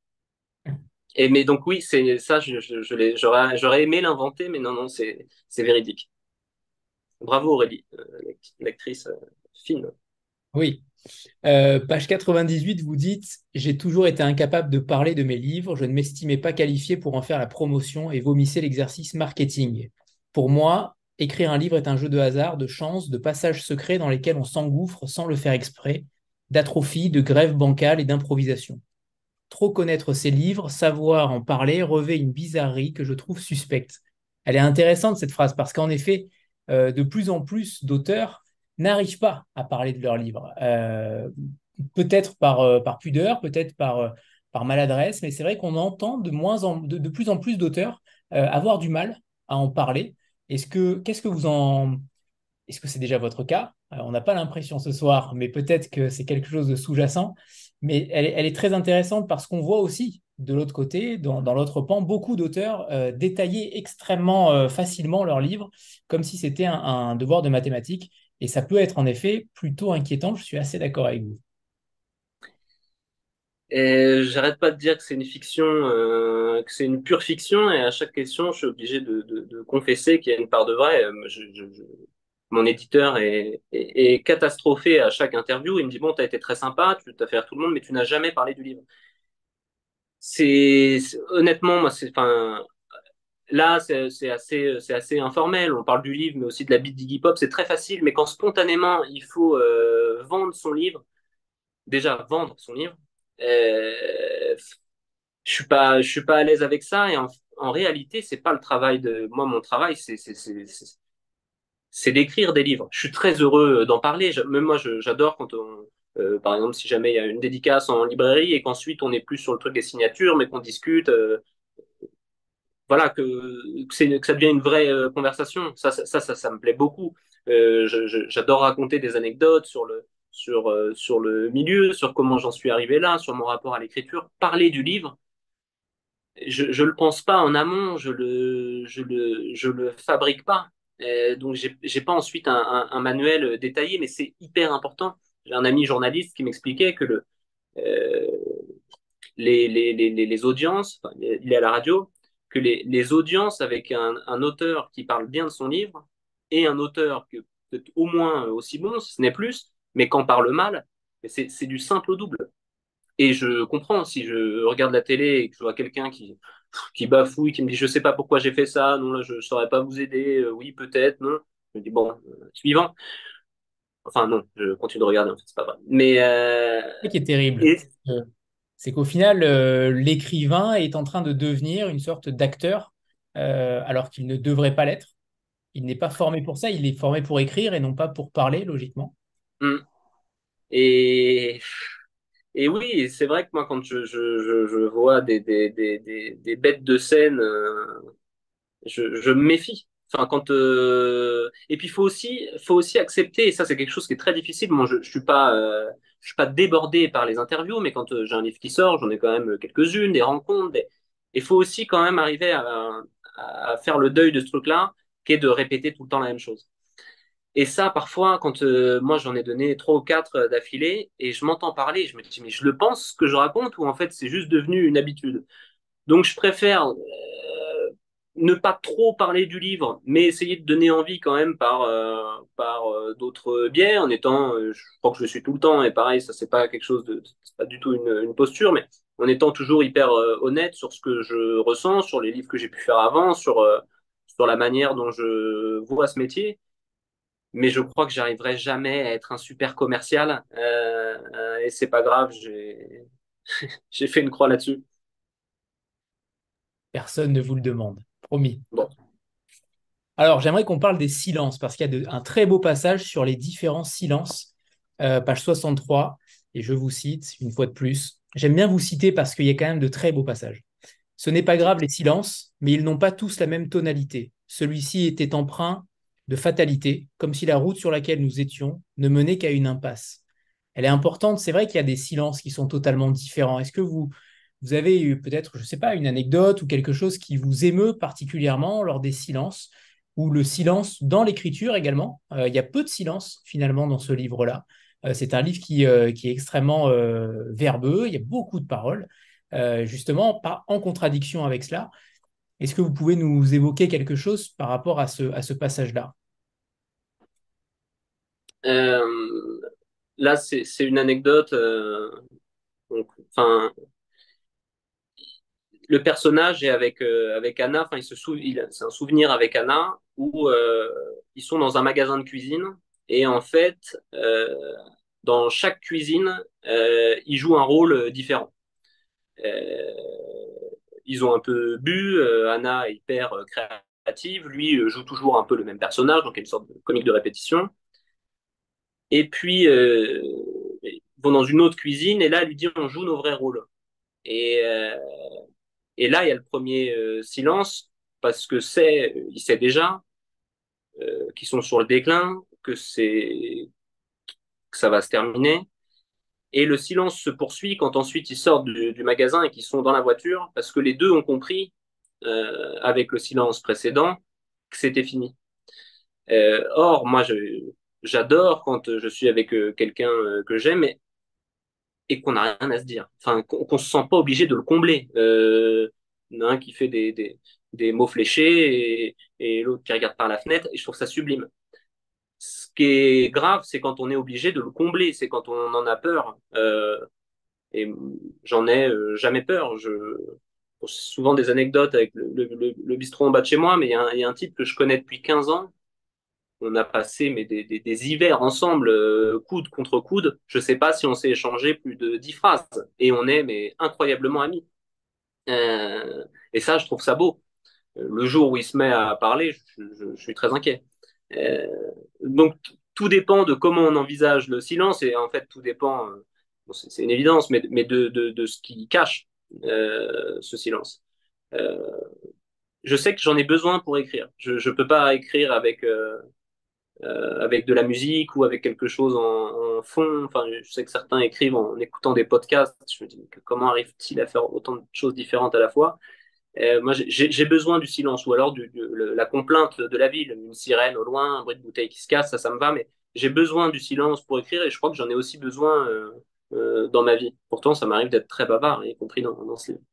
Et mais donc oui, c'est ça, je, je, je l'ai- j'aurais, j'aurais aimé l'inventer, mais non, non, c'est, c'est véridique. Bravo Aurélie, euh, l'act- l'actrice euh, fine. Oui. Euh, page quatre-vingt-dix-huit, vous dites, j'ai toujours été incapable de parler de mes livres, je ne m'estimais pas qualifié pour en faire la promotion et vomissais l'exercice marketing. Pour moi, écrire un livre est un jeu de hasard, de chance, de passages secrets dans lesquels on s'engouffre sans le faire exprès, d'atrophie, de grève bancale et d'improvisation. Trop connaître ces livres, savoir en parler, revêt une bizarrerie que je trouve suspecte. Elle est intéressante cette phrase parce qu'en effet, euh, de plus en plus d'auteurs n'arrivent pas à parler de leurs livres. Euh, peut-être par, euh, par pudeur, peut-être par, euh, par maladresse, mais c'est vrai qu'on entend de, moins en, de, de plus en plus d'auteurs euh, avoir du mal à en parler. Est-ce que, qu'est-ce que vous en, est-ce que c'est déjà votre cas? Euh, on n'a pas l'impression ce soir, mais peut-être que c'est quelque chose de sous-jacent. Mais elle, est elle est très intéressante parce qu'on voit aussi, de l'autre côté, dans, dans l'autre pan, beaucoup d'auteurs euh, détailler extrêmement euh, facilement leurs livres, comme si c'était un, un devoir de mathématiques. Et ça peut être en effet plutôt inquiétant. Je suis assez d'accord avec vous. Et j'arrête pas de dire que c'est une fiction, euh, que c'est une pure fiction, et à chaque question, je suis obligé de, de, de confesser qu'il y a une part de vrai. Euh, Je, je, je- mon éditeur est, est, est catastrophé à chaque interview. Il me dit, bon, t'as été très sympa, tu t'as fait rire tout le monde, mais tu n'as jamais parlé du livre. C'est, c'est- honnêtement, moi, c'est, enfin, là, c'est c'est assez, c'est assez informel. On parle du livre, mais aussi de la bite d'Iggy Pop. C'est très facile, mais quand spontanément, il faut euh, vendre son livre, déjà vendre son livre, euh, je suis pas, je suis pas à l'aise avec ça. Et en, en réalité, c'est pas le travail de moi. Mon travail, c'est c'est c'est c'est c'est d'écrire des livres. Je suis très heureux d'en parler. Je- même moi, je- j'adore quand on, euh, par exemple, si jamais il y a une dédicace en librairie et qu'ensuite on est plus sur le truc des signatures, mais qu'on discute. Euh, voilà, que, que, c'est, que ça devient une vraie euh, conversation. Ça, ça, ça, ça, ça me plaît beaucoup. Euh, je- je- j'adore raconter des anecdotes sur le, sur, euh, sur le milieu, sur comment j'en suis arrivé là, sur mon rapport à l'écriture. Parler du livre, je, je le pense pas en amont, je le, je le, je le fabrique pas. Euh, donc j'ai, j'ai pas ensuite un, un, un manuel détaillé, mais c'est hyper important. J'ai un ami journaliste qui m'expliquait que le, euh, les, les, les, les les audiences, enfin, il est à la radio, que les, les audiences avec un, un auteur qui parle bien de son livre et un auteur que peut-être au moins aussi bon, si ce n'est plus, mais qu'en parle mal, c'est, c'est du simple au double. Et je comprends, si je regarde la télé et que je vois quelqu'un qui, qui bafouille, qui me dit je sais pas pourquoi j'ai fait ça, non là je, je saurais pas vous aider, euh, oui peut-être, non. Je me dis bon, euh, suivant. Enfin non, je continue de regarder en fait, c'est pas vrai. Mais euh, Ce qui est terrible, et euh, c'est qu'au final, euh, l'écrivain est en train de devenir une sorte d'acteur, euh, alors qu'il ne devrait pas l'être. Il n'est pas formé pour ça, il est formé pour écrire et non pas pour parler, logiquement. hum, et et oui, c'est vrai que moi quand je je je, je vois des des des des, des bêtes de scène, euh, je je me méfie. Enfin quand euh, et puis il faut aussi faut aussi accepter, et ça c'est quelque chose qui est très difficile. Moi je, je suis pas euh, je suis pas débordé par les interviews, mais quand euh, j'ai un livre qui sort, j'en ai quand même quelques-unes, des rencontres. Des... Il faut aussi quand même arriver à, à faire le deuil de ce truc-là, qui est de répéter tout le temps la même chose. Et ça, parfois, quand euh, moi j'en ai donné trois ou quatre euh, d'affilée, et je m'entends parler, je me dis, mais je le pense ce que je raconte, ou en fait c'est juste devenu une habitude. Donc je préfère euh, ne pas trop parler du livre, mais essayer de donner envie quand même par, euh, par euh, d'autres biais, en étant, euh, je crois que je le suis tout le temps, et pareil, ça c'est pas quelque chose de, c'est pas du tout une, une posture, mais en étant toujours hyper euh, honnête sur ce que je ressens, sur les livres que j'ai pu faire avant, sur, euh, sur la manière dont je vois ce métier. Mais je crois que j'arriverai jamais à être un super commercial, euh, euh, et c'est pas grave, j'ai, j'ai fait une croix là-dessus. Personne ne vous le demande, promis. Bon. Alors, j'aimerais qu'on parle des silences, parce qu'il y a de- un très beau passage sur les différents silences, euh, page soixante-trois, et je vous cite une fois de plus. J'aime bien vous citer parce qu'il y a quand même de très beaux passages. Ce n'est pas grave les silences, mais ils n'ont pas tous la même tonalité. Celui-ci était empreint de fatalité, comme si la route sur laquelle nous étions ne menait qu'à une impasse. Elle est importante, c'est vrai qu'il y a des silences qui sont totalement différents. Est-ce que vous, vous avez eu peut-être, je ne sais pas, une anecdote ou quelque chose qui vous émeut particulièrement lors des silences, ou le silence dans l'écriture également? Euh, il y a peu de silence finalement dans ce livre-là. Euh, c'est un livre qui, euh, qui est extrêmement euh, verbeux, il y a beaucoup de paroles, euh, justement, pas en contradiction avec cela. Est-ce que vous pouvez nous évoquer quelque chose par rapport à ce, à ce passage-là? Euh, Là, c'est c'est une anecdote. Euh, donc, enfin, le personnage est avec euh, avec Anna. Enfin, il se sou il, c'est un souvenir avec Anna où euh, ils sont dans un magasin de cuisine et en fait, euh, dans chaque cuisine, euh, ils jouent un rôle différent. Euh, Ils ont un peu bu. Euh, Anna est hyper euh, créative. Lui euh, joue toujours un peu le même personnage, donc il y a une sorte de comique de répétition. Et puis, euh, ils vont dans une autre cuisine et là, elle lui dit on joue nos vrais rôles. Et, euh, et là, il y a le premier euh, silence parce que c'est, il sait déjà euh, qu'ils sont sur le déclin, que c'est, que ça va se terminer. Et le silence se poursuit quand ensuite ils sortent du, du magasin et qu'ils sont dans la voiture parce que les deux ont compris, euh, avec le silence précédent, que c'était fini. Euh, or, moi, je, j'adore quand je suis avec euh, quelqu'un euh, que j'aime et qu'on n'a rien à se dire. Enfin, qu'on qu'on se sent pas obligé de le combler. Euh, il y en a un qui fait des, des, des mots fléchés et, et l'autre qui regarde par la fenêtre, et je trouve ça sublime. Ce qui est grave, c'est quand on est obligé de le combler, c'est quand on en a peur. Euh, et j'en ai euh, jamais peur. Je, bon, c'est souvent des anecdotes avec le, le, le, le bistrot en bas de chez moi, mais il y, a un, il y a un type que je connais depuis quinze ans. On a passé mais des, des, des hivers ensemble, euh, coude contre coude. Je sais pas si on s'est échangé plus de dix phrases. Et on est mais incroyablement amis. Euh, et ça, je trouve ça beau. Le jour où il se met à parler, je, je, je suis très inquiet. Euh, donc tout dépend de comment on envisage le silence et en fait tout dépend, euh, bon, c'est c'est une évidence, mais, mais de, de, de ce qui cache euh, ce silence. Euh, je sais que j'en ai besoin pour écrire. Je ne peux pas écrire avec euh, euh, avec de la musique ou avec quelque chose en, en fond. Enfin, je sais que certains écrivent en écoutant des podcasts. Je me dis que comment arrive-t-il à faire autant de choses différentes à la fois? Euh, moi, j'ai j'ai besoin du silence ou alors du, du- le- la complainte de la ville, une sirène au loin, un bruit de bouteille qui se casse, ça, ça me va, mais j'ai besoin du silence pour écrire et je crois que j'en ai aussi besoin euh, euh, dans ma vie. Pourtant, ça m'arrive d'être très bavard, y compris dans, dans ce livre.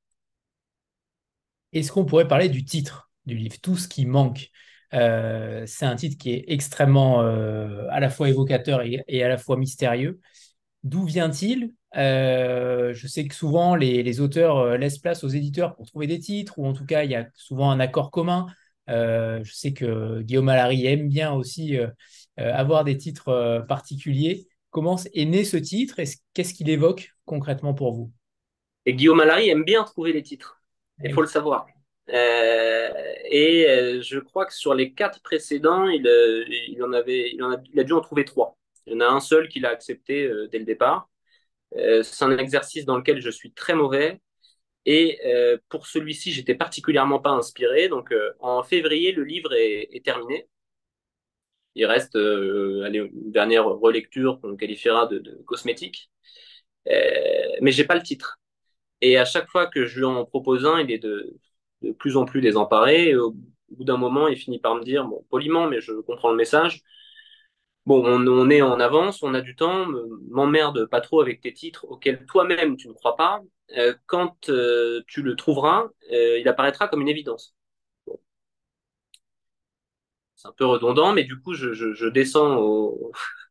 Est-ce qu'on pourrait parler du titre du livre, Tout ce qui manque? Euh, c'est un titre qui est extrêmement euh, à la fois évocateur et, et à la fois mystérieux. D'où vient-il? Euh, je sais que souvent les, les auteurs euh, laissent place aux éditeurs pour trouver des titres, ou en tout cas il y a souvent un accord commun. Euh, je sais que Guillaume Allary aime bien aussi euh, euh, avoir des titres euh, particuliers. Comment est né ce titre et qu'est-ce qu'il évoque concrètement pour vous? Et Guillaume Allary aime bien trouver les titres. Eh Il faut oui. le savoir. Euh, et euh, je crois que sur les quatre précédents, il, euh, il en avait, il en a, il a dû en trouver trois. Il y en a un seul qu'il a accepté euh, dès le départ. Euh, c'est un exercice dans lequel je suis très mauvais. Et euh, pour celui-ci, j'étais particulièrement pas inspiré. Donc euh, en février, le livre est, est terminé. Il reste euh, allez, une dernière relecture qu'on qualifiera de, de cosmétique. Euh, mais j'ai pas le titre. Et à chaque fois que je lui en propose un, il est de, de plus en plus désemparé. Et au bout d'un moment, il finit par me dire, bon, poliment, mais je comprends le message. Bon, on, on est en avance, on a du temps, m'emmerde pas trop avec tes titres auxquels toi-même tu ne crois pas. Euh, quand euh, tu le trouveras, euh, il apparaîtra comme une évidence. Bon, c'est un peu redondant, mais du coup, je, je, je descends au,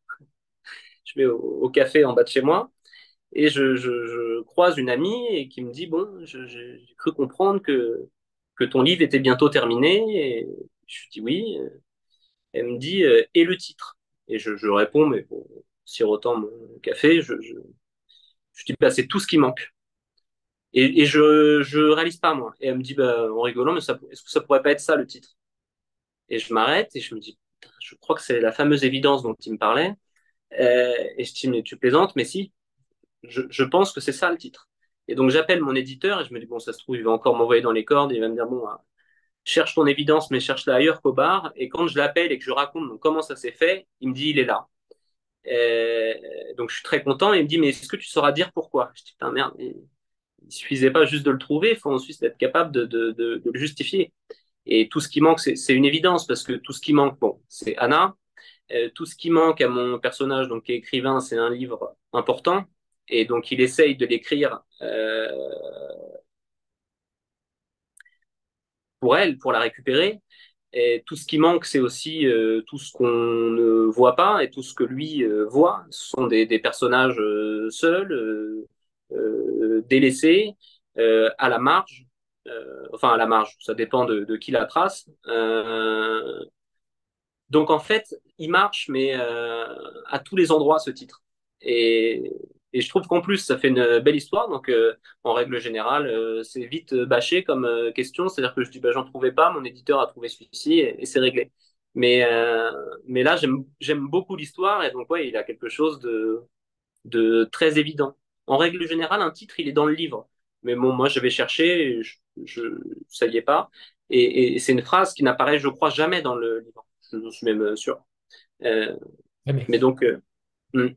je vais au, au café en bas de chez moi et je, je, je croise une amie et qui me dit, bon, je- je- j'ai cru comprendre que, que ton livre était bientôt terminé. Et je lui dis oui. Elle me dit, euh, et le titre? Et je, je réponds, mais bon, sirotant mon café, je, je, je dis, bah, c'est tout ce qui manque. Et, et je, je réalise pas, moi. Et elle me dit, bah, en rigolant, mais ça, est-ce que ça pourrait pas être ça, le titre? Et je m'arrête et je me dis, putain, je crois que c'est la fameuse évidence dont il me parlait. Euh, et je dis, mais tu plaisantes, mais si, je, je pense que c'est ça le titre. Et donc j'appelle mon éditeur et je me dis, bon, ça se trouve, il va encore m'envoyer dans les cordes et il va me dire, bon, hein, cherche ton évidence, mais cherche-la ailleurs qu'au bar. Et quand je l'appelle et que je raconte donc, comment ça s'est fait, il me dit, il est là. Euh, donc je suis très content et il me dit, mais est-ce que tu sauras dire pourquoi? Je dis, putain, merde, il ne suffisait pas juste de le trouver, il faut ensuite être capable de, de, de, de le justifier. Et tout ce qui manque, c'est une évidence, parce que tout ce qui manque, bon, c'est Anna. Euh, tout ce qui manque à mon personnage, donc qui est écrivain, c'est un livre important. Et donc il essaye de l'écrire euh, pour elle, pour la récupérer. Et tout ce qui manque, c'est aussi euh, tout ce qu'on ne voit pas et tout ce que lui euh, voit. Ce sont des, des personnages euh, seuls, euh, euh, délaissés, euh, à la marge. Euh, enfin, à la marge, ça dépend de, de qui la trace. Euh, donc en fait, il marche, mais euh, à tous les endroits, ce titre. Et, et je trouve qu'en plus, ça fait une belle histoire. Donc euh, en règle générale, euh, c'est vite bâché comme euh, question. C'est-à-dire que je dis, bah, j'en trouvais pas, mon éditeur a trouvé celui-ci et, et c'est réglé. Mais, euh, mais là, j'aime, j'aime beaucoup l'histoire et donc ouais, il a quelque chose de, de très évident. En règle générale, un titre, il est dans le livre. Mais bon, moi, j'avais cherché, et je, je, ça y est pas. Et, et c'est une phrase qui n'apparaît, je crois, jamais dans le livre. Je suis même sûr. Euh, Jamais. mais donc, euh, hmm.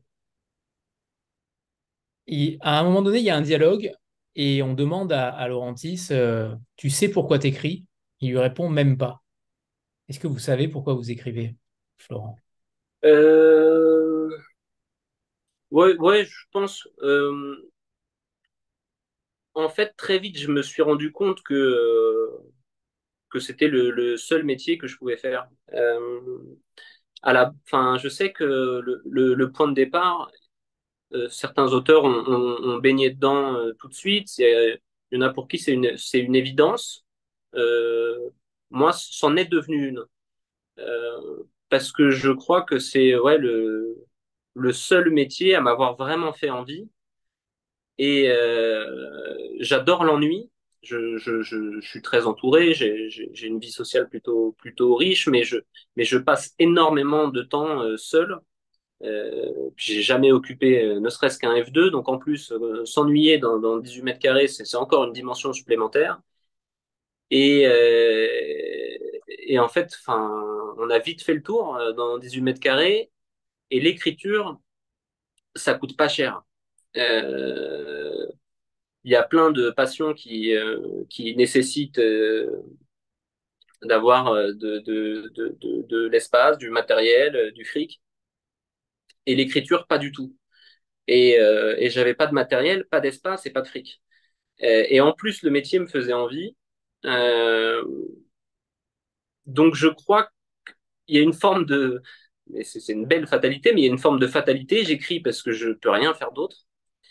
Et à un moment donné, il y a un dialogue et on demande à, à Laurentis, euh, tu sais pourquoi t'écris? Il lui répond même pas. Est-ce que vous savez pourquoi vous écrivez, Florent? euh, ouais, ouais, je pense. Euh, en fait, très vite, je me suis rendu compte que euh, que c'était le, le seul métier que je pouvais faire. Euh, à la, enfin, je sais que le, le, le point de départ, euh, certains auteurs ont, ont, ont baigné dedans euh, tout de suite. C'est, il y en a pour qui c'est une, c'est une évidence. Euh, moi, c'en est devenu une. Euh, parce que je crois que c'est ouais, le, le seul métier à m'avoir vraiment fait envie. Et euh, j'adore l'ennui. Je, je, je, je suis très entouré, j'ai j'ai- j'ai une vie sociale plutôt, plutôt riche, mais je, mais je passe énormément de temps euh, seul. Euh, j'ai jamais occupé euh, ne serait-ce qu'un F deux, donc en plus, euh, s'ennuyer dans, dans dix-huit mètres carrés, c'est c'est encore une dimension supplémentaire. Et, euh, et en fait, enfin, on a vite fait le tour euh, dans dix-huit mètres carrés, et l'écriture, ça coûte pas cher. Euh, Il y a plein de passions qui, euh, qui nécessitent euh, d'avoir euh, de, de, de, de, de l'espace, du matériel, euh, du fric, et l'écriture, pas du tout. Et, euh, et j'avais pas de matériel, pas d'espace et pas de fric. Euh, et en plus, le métier me faisait envie. Euh, donc je crois qu'il y a une forme de... mais C'est c'est une belle fatalité, mais il y a une forme de fatalité. J'écris parce que je peux rien faire d'autre.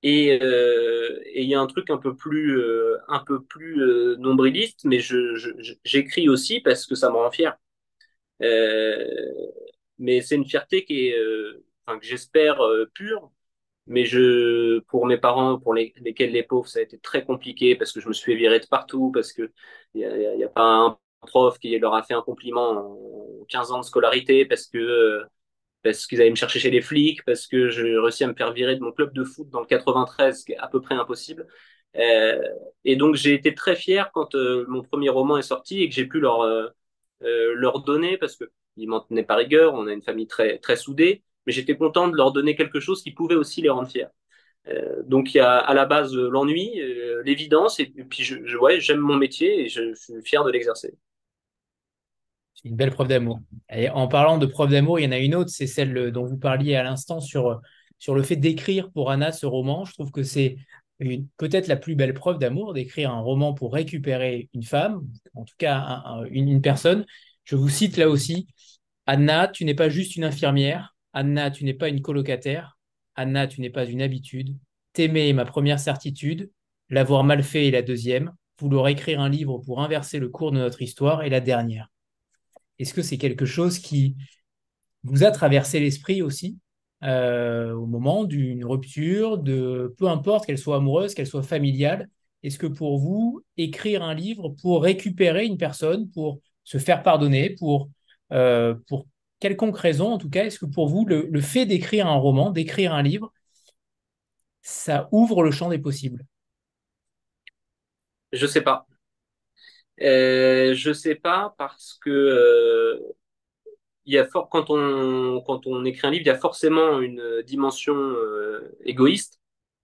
Et euh, et il y a un truc un peu plus, euh, un peu plus euh, nombriliste, mais je, je- je- j'écris aussi parce que ça me rend fier. Euh, mais c'est une fierté qui est, euh, enfin, que j'espère euh, pure. Mais je, pour mes parents, pour les, lesquels les pauvres, ça a été très compliqué parce que je me suis fait virer de partout, parce que il y a, y a- y a pas un prof qui leur a fait un compliment en quinze ans de scolarité, parce que euh, parce qu'ils allaient me chercher chez les flics, parce que j'ai réussi à me faire virer de mon club de foot dans le quatre-vingt-treize, ce qui est à peu près impossible. Euh, et donc j'ai été très fier quand euh, mon premier roman est sorti et que j'ai pu leur euh, euh, leur donner, parce que ils m'en tenaient pas rigueur, on a une famille très très soudée, mais j'étais content de leur donner quelque chose qui pouvait aussi les rendre fiers. Euh, donc il y a à la base euh, l'ennui, euh, l'évidence, et, et puis je, je ouais, j'aime mon métier et je, je suis fier de l'exercer. C'est une belle preuve d'amour. Et en parlant de preuve d'amour, il y en a une autre, c'est celle euh, dont vous parliez à l'instant sur, sur le fait d'écrire pour Anna ce roman. Je trouve que c'est une- peut-être la plus belle preuve d'amour d'écrire un roman pour récupérer une femme, en tout cas un- un- une, une personne. Je vous cite là aussi, Anna, tu n'es pas juste une infirmière. Anna, tu n'es pas une colocataire. Anna, tu n'es pas une habitude. T'aimer est ma première certitude. L'avoir mal fait est la deuxième. Vouloir écrire un livre pour inverser le cours de notre histoire est la dernière. Est-ce que c'est quelque chose qui vous a traversé l'esprit aussi euh, au moment d'une rupture, de peu importe qu'elle soit amoureuse, qu'elle soit familiale? Est-ce que pour vous, écrire un livre pour récupérer une personne, pour se faire pardonner, pour, euh, pour quelconque raison en tout cas, est-ce que pour vous, le, le fait d'écrire un roman, d'écrire un livre, ça ouvre le champ des possibles? Je sais pas. Euh, je sais pas parce que euh, il y a fort quand on quand on écrit un livre, il y a forcément une dimension euh, égoïste.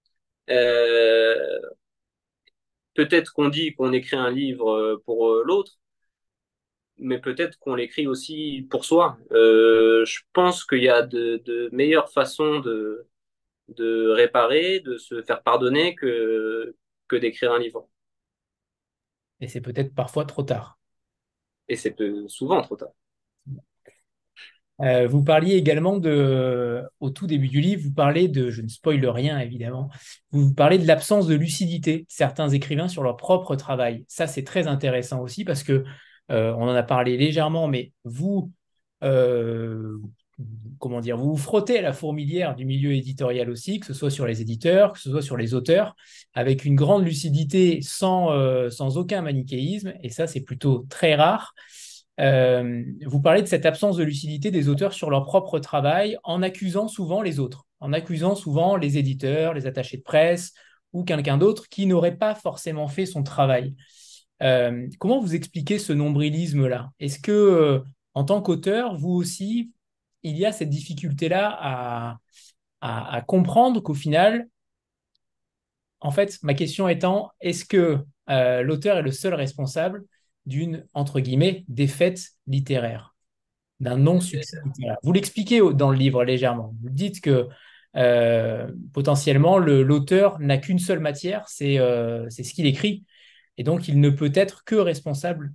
Euh, Peut-être qu'on dit qu'on écrit un livre euh, pour euh, l'autre, mais peut-être qu'on l'écrit aussi pour soi. Euh, je pense qu'il y a de, de meilleures façons de de réparer, de se faire pardonner que que d'écrire un livre. Et c'est peut-être parfois trop tard. Et c'est peu- souvent trop tard. Euh, vous parliez également de, au tout début du livre, vous parlez de, je ne spoile rien évidemment, vous parlez de l'absence de lucidité de certains écrivains sur leur propre travail. Ça, c'est très intéressant aussi parce que euh, on en a parlé légèrement, mais vous, euh, comment dire, vous vous frottez à la fourmilière du milieu éditorial aussi, que ce soit sur les éditeurs, que ce soit sur les auteurs, avec une grande lucidité sans, euh, sans aucun manichéisme, et ça, c'est plutôt très rare. Euh, vous parlez de cette absence de lucidité des auteurs sur leur propre travail en accusant souvent les autres, en accusant souvent les éditeurs, les attachés de presse ou quelqu'un d'autre qui n'aurait pas forcément fait son travail. Euh, comment vous expliquez ce nombrilisme-là? Est-ce que, euh, en tant qu'auteur, vous aussi, il y a cette difficulté-là à, à, à comprendre qu'au final, en fait, ma question étant, est-ce que euh, l'auteur est le seul responsable d'une, entre guillemets, défaite littéraire, d'un non-succès littéraire? Vous l'expliquez au- dans le livre légèrement. Vous dites que euh, potentiellement, le- l'auteur n'a qu'une seule matière, c'est euh, c'est ce qu'il écrit, et donc il ne peut être que responsable.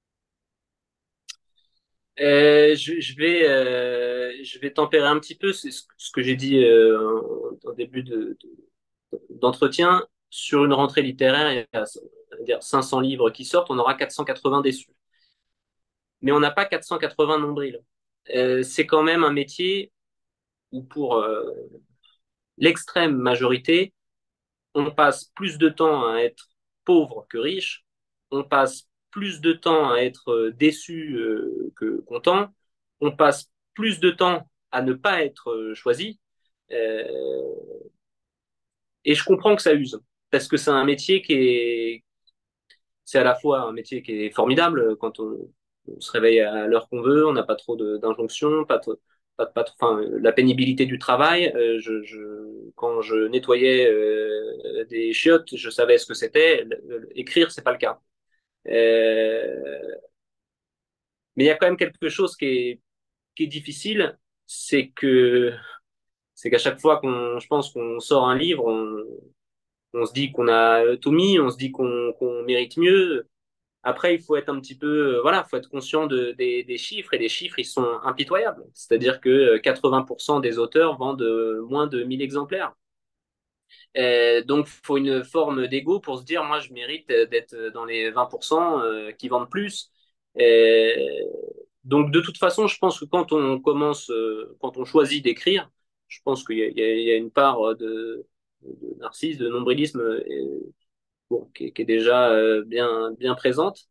Euh, je, je vais, euh, je vais tempérer un petit peu ce, ce que j'ai dit euh, au début de, de- d'entretien. Sur une rentrée littéraire, il y a on va dire cinq cents livres qui sortent, on aura quatre cent quatre-vingts déçus. Mais on n'a pas quatre cent quatre-vingts nombrils. Euh, c'est quand même un métier où pour euh, l'extrême majorité, on passe plus de temps à être pauvre que riche, on passe plus de temps à être euh, déçu euh, que content, on passe plus de temps à ne pas être euh, choisi. Euh, et je comprends que ça use, parce que c'est un métier qui est, c'est à la fois un métier qui est formidable quand on, on se réveille à l'heure qu'on veut, on n'a pas trop de- d'injonctions, pas, trop- pas, pas trop- enfin, la pénibilité du travail. Euh, je, je, quand je nettoyais euh, des chiottes, je savais ce que c'était. Le- le- Écrire, c'est pas le cas. Euh, mais il y a quand même quelque chose qui est, qui est difficile, c'est que c'est qu'à chaque fois qu'on, je pense qu'on sort un livre, on, on se dit qu'on a tout mis, on se dit qu'on qu'on mérite mieux. Après, il faut être un petit peu, euh, voilà, faut être conscient de, des, des chiffres, et les chiffres, ils sont impitoyables. C'est-à-dire que euh, quatre-vingts pour cent des auteurs vendent euh, moins de mille exemplaires. Euh, donc, il faut une forme d'ego pour se dire, moi, je mérite d'être dans les vingt pour cent euh, qui vendent plus. Euh, donc, de toute façon, je pense que quand on commence, euh, quand on choisit d'écrire, je pense qu'il y a, il y a- il y a une part de, de narcisse, de nombrilisme, euh, bon, qui, est qui est déjà euh, bien, bien présente.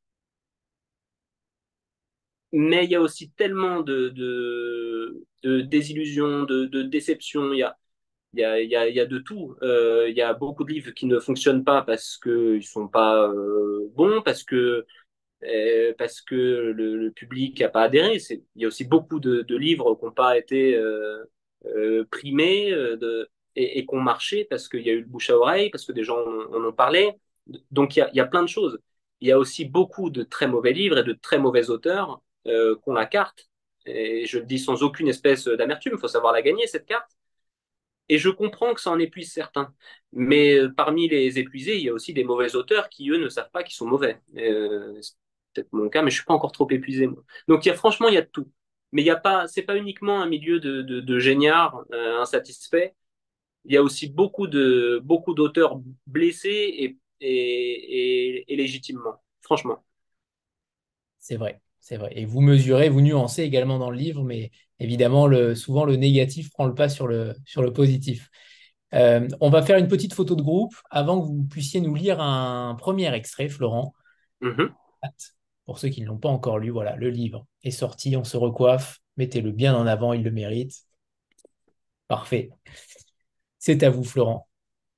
Mais il y a aussi tellement de, de, de désillusions, de, de déceptions. Il y a, il y a, il y a, il y a de tout. Euh, il y a beaucoup de livres qui ne fonctionnent pas parce qu'ils sont pas euh, bons, parce que euh, parce que le, le public n'a pas adhéré. C'est, il y a aussi beaucoup de, de livres qui n'ont pas été euh, euh, primés euh, de, et, et qui ont marché parce qu'il y a eu le bouche à oreille, parce que des gens en, en ont parlé. Donc il y a, il y a plein de choses. Il y a aussi beaucoup de très mauvais livres et de très mauvais auteurs euh, qui ont la carte. Et je le dis sans aucune espèce d'amertume, il faut savoir la gagner, cette carte. Et je comprends que ça en épuise certains. Mais euh, parmi les épuisés, il y a aussi des mauvais auteurs qui, eux, ne savent pas qu'ils sont mauvais. Euh, c'est peut-être mon cas, mais je suis pas encore trop épuisé, moi. Donc, il y a, franchement, il y a de tout. Mais il y a pas, c'est pas uniquement un milieu de, de, de géniards euh, insatisfaits. Il y a aussi beaucoup de, beaucoup d'auteurs blessés et, et, et, et légitimement. Franchement. C'est vrai, c'est vrai. Et vous mesurez, vous nuancez également dans le livre, mais évidemment, le, souvent le négatif prend le pas sur le, sur le positif. Euh, on va faire une petite photo de groupe avant que vous puissiez nous lire un premier extrait, Florent. Mhm. Hâte. Pour ceux qui ne l'ont pas encore lu, voilà, le livre est sorti, on se recoiffe, mettez-le bien en avant, il le mérite. Parfait. C'est à vous, Florent.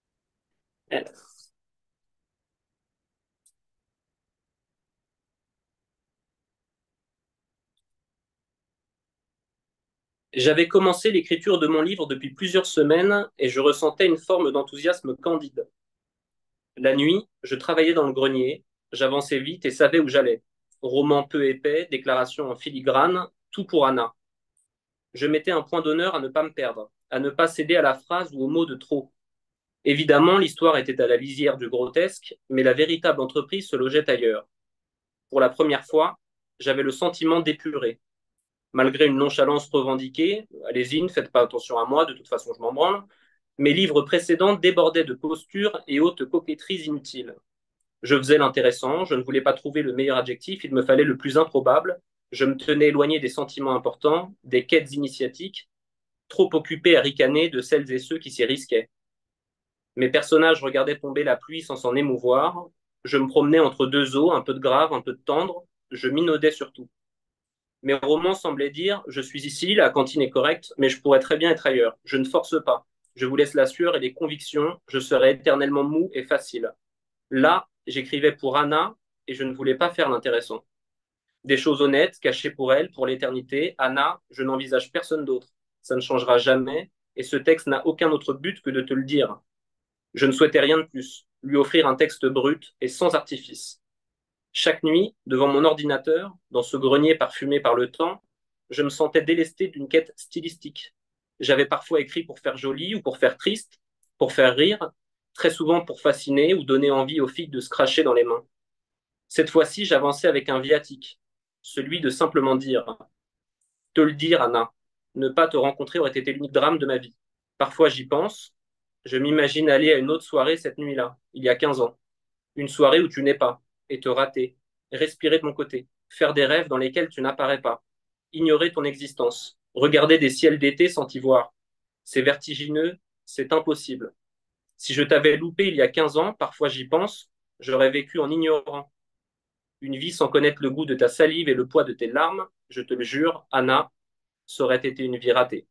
J'avais commencé l'écriture de mon livre depuis plusieurs semaines et je ressentais une forme d'enthousiasme candide. La nuit, je travaillais dans le grenier, j'avançais vite et savais où j'allais. Roman peu épais, déclaration en filigrane, tout pour Anna. Je mettais un point d'honneur à ne pas me perdre, à ne pas céder à la phrase ou au mot de trop. Évidemment, l'histoire était à la lisière du grotesque, mais la véritable entreprise se logeait ailleurs. Pour la première fois, j'avais le sentiment d'épurer. Malgré une nonchalance revendiquée, allez-y, ne faites pas attention à moi, de toute façon je m'en branle, mes livres précédents débordaient de postures et hautes coquetteries inutiles. Je faisais l'intéressant, je ne voulais pas trouver le meilleur adjectif, il me fallait le plus improbable. Je me tenais éloigné des sentiments importants, des quêtes initiatiques, trop occupé à ricaner de celles et ceux qui s'y risquaient. Mes personnages regardaient tomber la pluie sans s'en émouvoir. Je me promenais entre deux eaux, un peu de grave, un peu de tendre. Je minaudais surtout. Mes romans semblaient dire: je suis ici, la cantine est correcte, mais je pourrais très bien être ailleurs. Je ne force pas. Je vous laisse la sueur et les convictions. Je serai éternellement mou et facile. Là, j'écrivais pour Anna et je ne voulais pas faire l'intéressant. Des choses honnêtes, cachées pour elle, pour l'éternité. Anna, je n'envisage personne d'autre. Ça ne changera jamais et ce texte n'a aucun autre but que de te le dire. Je ne souhaitais rien de plus, lui offrir un texte brut et sans artifice. Chaque nuit, devant mon ordinateur, dans ce grenier parfumé par le temps, je me sentais délesté d'une quête stylistique. J'avais parfois écrit pour faire joli ou pour faire triste, pour faire rire, très souvent pour fasciner ou donner envie aux filles de se cracher dans les mains. Cette fois-ci, j'avançais avec un viatique, celui de simplement dire: te le dire, Anna, ne pas te rencontrer aurait été l'unique drame de ma vie. Parfois, j'y pense, je m'imagine aller à une autre soirée cette nuit-là, il y a quinze ans. Une soirée où tu n'es pas, et te rater, respirer de mon côté, faire des rêves dans lesquels tu n'apparais pas, ignorer ton existence, regarder des ciels d'été sans t'y voir. C'est vertigineux, c'est impossible. Si je t'avais loupé il y a quinze ans, parfois j'y pense, j'aurais vécu en ignorant. Une vie sans connaître le goût de ta salive et le poids de tes larmes, je te le jure, Anna, ça aurait été une vie ratée.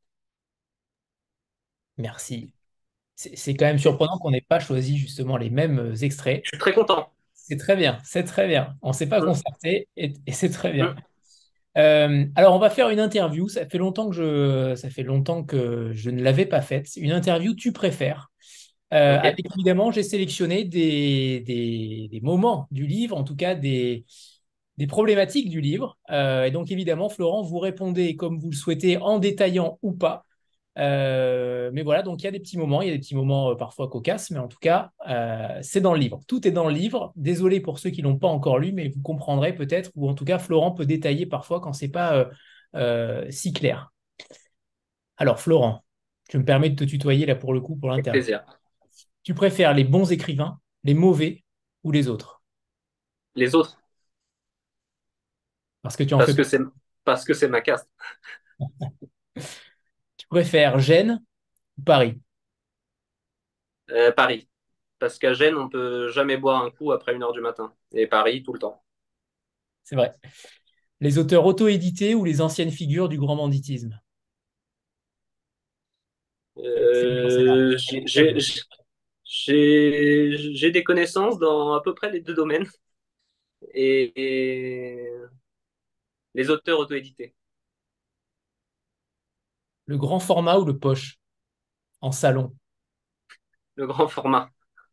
Merci. C'est c'est quand même surprenant qu'on n'ait pas choisi justement les mêmes euh, extraits. Je suis très content. C'est très bien, c'est très bien. On ne s'est pas Hum, concerté et, et c'est très bien. hum. Euh, alors, on va faire une interview. Ça fait longtemps que je, ça fait longtemps que je ne l'avais pas faite. Une interview tu préfères. Euh, Ok, avec évidemment, j'ai sélectionné des, des, des moments du livre, en tout cas des, des problématiques du livre. Euh, et donc, évidemment, Florent, vous répondez comme vous le souhaitez en détaillant ou pas. Euh, mais voilà, donc il y a des petits moments, il y a des petits moments euh, parfois cocasses, mais en tout cas, euh, c'est dans le livre. Tout est dans le livre. Désolé pour ceux qui l'ont pas encore lu, mais vous comprendrez peut-être, ou en tout cas, Florent peut détailler parfois quand c'est pas euh, euh, si clair. Alors, Florent, je me permets de te tutoyer là pour le coup pour avec l'interview. plaisir. Tu préfères les bons écrivains, les mauvais ou les autres? Les autres, Parce que tu en fais parce que pas. c'est parce que c'est ma caste. Tu préfères Gênes ou Paris? Euh, Paris, parce qu'à Gênes, on peut jamais boire un coup après une heure du matin. Et Paris, tout le temps. C'est vrai. Les auteurs auto-édités ou les anciennes figures du grand banditisme? Excellent scénario. Euh, Elle est très j'ai bonne. j'ai- j'ai des connaissances dans à peu près les deux domaines. Et, et les auteurs auto-édités. Le grand format ou le poche en salon? Le grand format.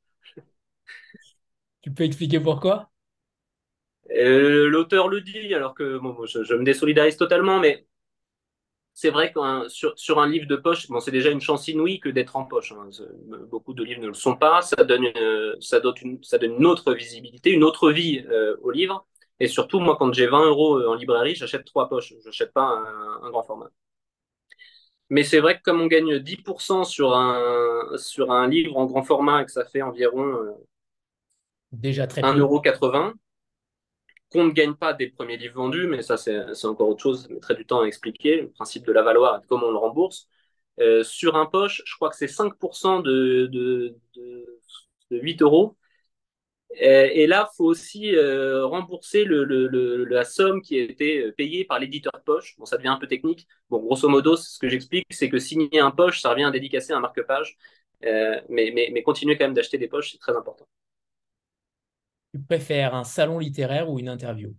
Tu peux expliquer pourquoi? Euh, l'auteur le dit, alors que bon, moi, je, je me désolidarise totalement, mais c'est vrai que sur, sur un livre de poche, bon, c'est déjà une chance inouïe que d'être en poche, hein. Beaucoup de livres ne le sont pas. Ça donne une, ça donne une, ça donne une autre visibilité, une autre vie euh, au livre. Et surtout, moi, quand j'ai vingt euros en librairie, j'achète trois poches. Je n'achète pas un, un grand format. Mais c'est vrai que comme on gagne dix pour cent sur un, sur un livre en grand format et que ça fait environ euh, Déjà très peu. un euro quatre-vingts, qu'on ne gagne pas des premiers livres vendus, mais ça, c'est c'est encore autre chose, ça mettrait du temps à expliquer, le principe de la valeur et comment on le rembourse. Euh, sur un poche, je crois que c'est cinq pour cent de, de, de, de huit euros. Et, et là, il faut aussi euh, rembourser le, le, le, la somme qui a été payée par l'éditeur poche. Bon, ça devient un peu technique. Bon, grosso modo, ce que j'explique, c'est que signer un poche, ça revient à dédicacer un marque-page. Euh, mais, mais, mais continuer quand même d'acheter des poches, c'est très important. Tu préfères un salon littéraire ou une interview?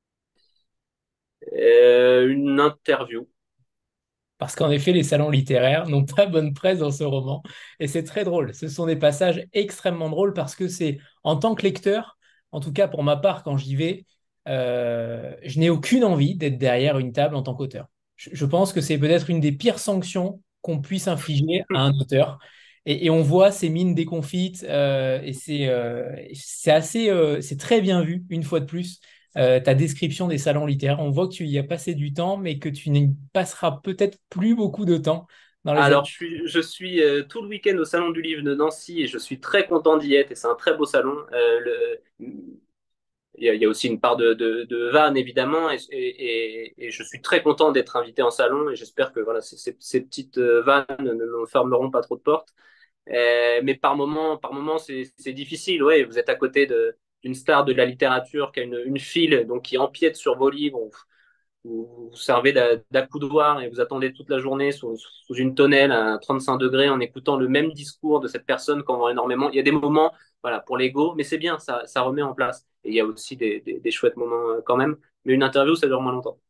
Euh, une interview. Parce qu'en effet, les salons littéraires n'ont pas bonne presse dans ce roman. Et c'est très drôle. Ce sont des passages extrêmement drôles parce que c'est, en tant que lecteur, en tout cas pour ma part, quand j'y vais, euh, je n'ai aucune envie d'être derrière une table en tant qu'auteur. Je, je pense que c'est peut-être une des pires sanctions qu'on puisse infliger à un auteur. Et, et on voit ces mines déconfites euh, et c'est euh, c'est assez, euh, c'est très bien vu, une fois de plus euh, ta description des salons littéraires. On voit que tu y as passé du temps, mais que tu n'y passeras peut-être plus beaucoup de temps dans les années. Alors, je suis, je suis euh, tout le week-end au Salon du Livre de Nancy et je suis très content d'y être et c'est un très beau salon. Euh, le- il y a, il y a aussi une part de, de, de vanne, évidemment, et, et, et- et je suis très content d'être invité en salon et j'espère que voilà, ces, ces- ces petites euh, vannes ne me fermeront pas trop de portes. Euh, mais par moment, par moment, c'est c'est difficile. Ouais, vous êtes à côté de, d'une star de la littérature qui a une, une file, donc qui empiète sur vos livres. Vous vous servez d'a- d'accoudoir et vous attendez toute la journée sous, sous une tonnelle à trente-cinq degrés en écoutant le même discours de cette personne qu'on vend énormément. Il y a des moments, voilà, pour l'ego, mais c'est bien, ça, ça remet en place. Et il y a aussi des, des, des chouettes moments euh, quand même. Mais une interview, ça dure moins longtemps.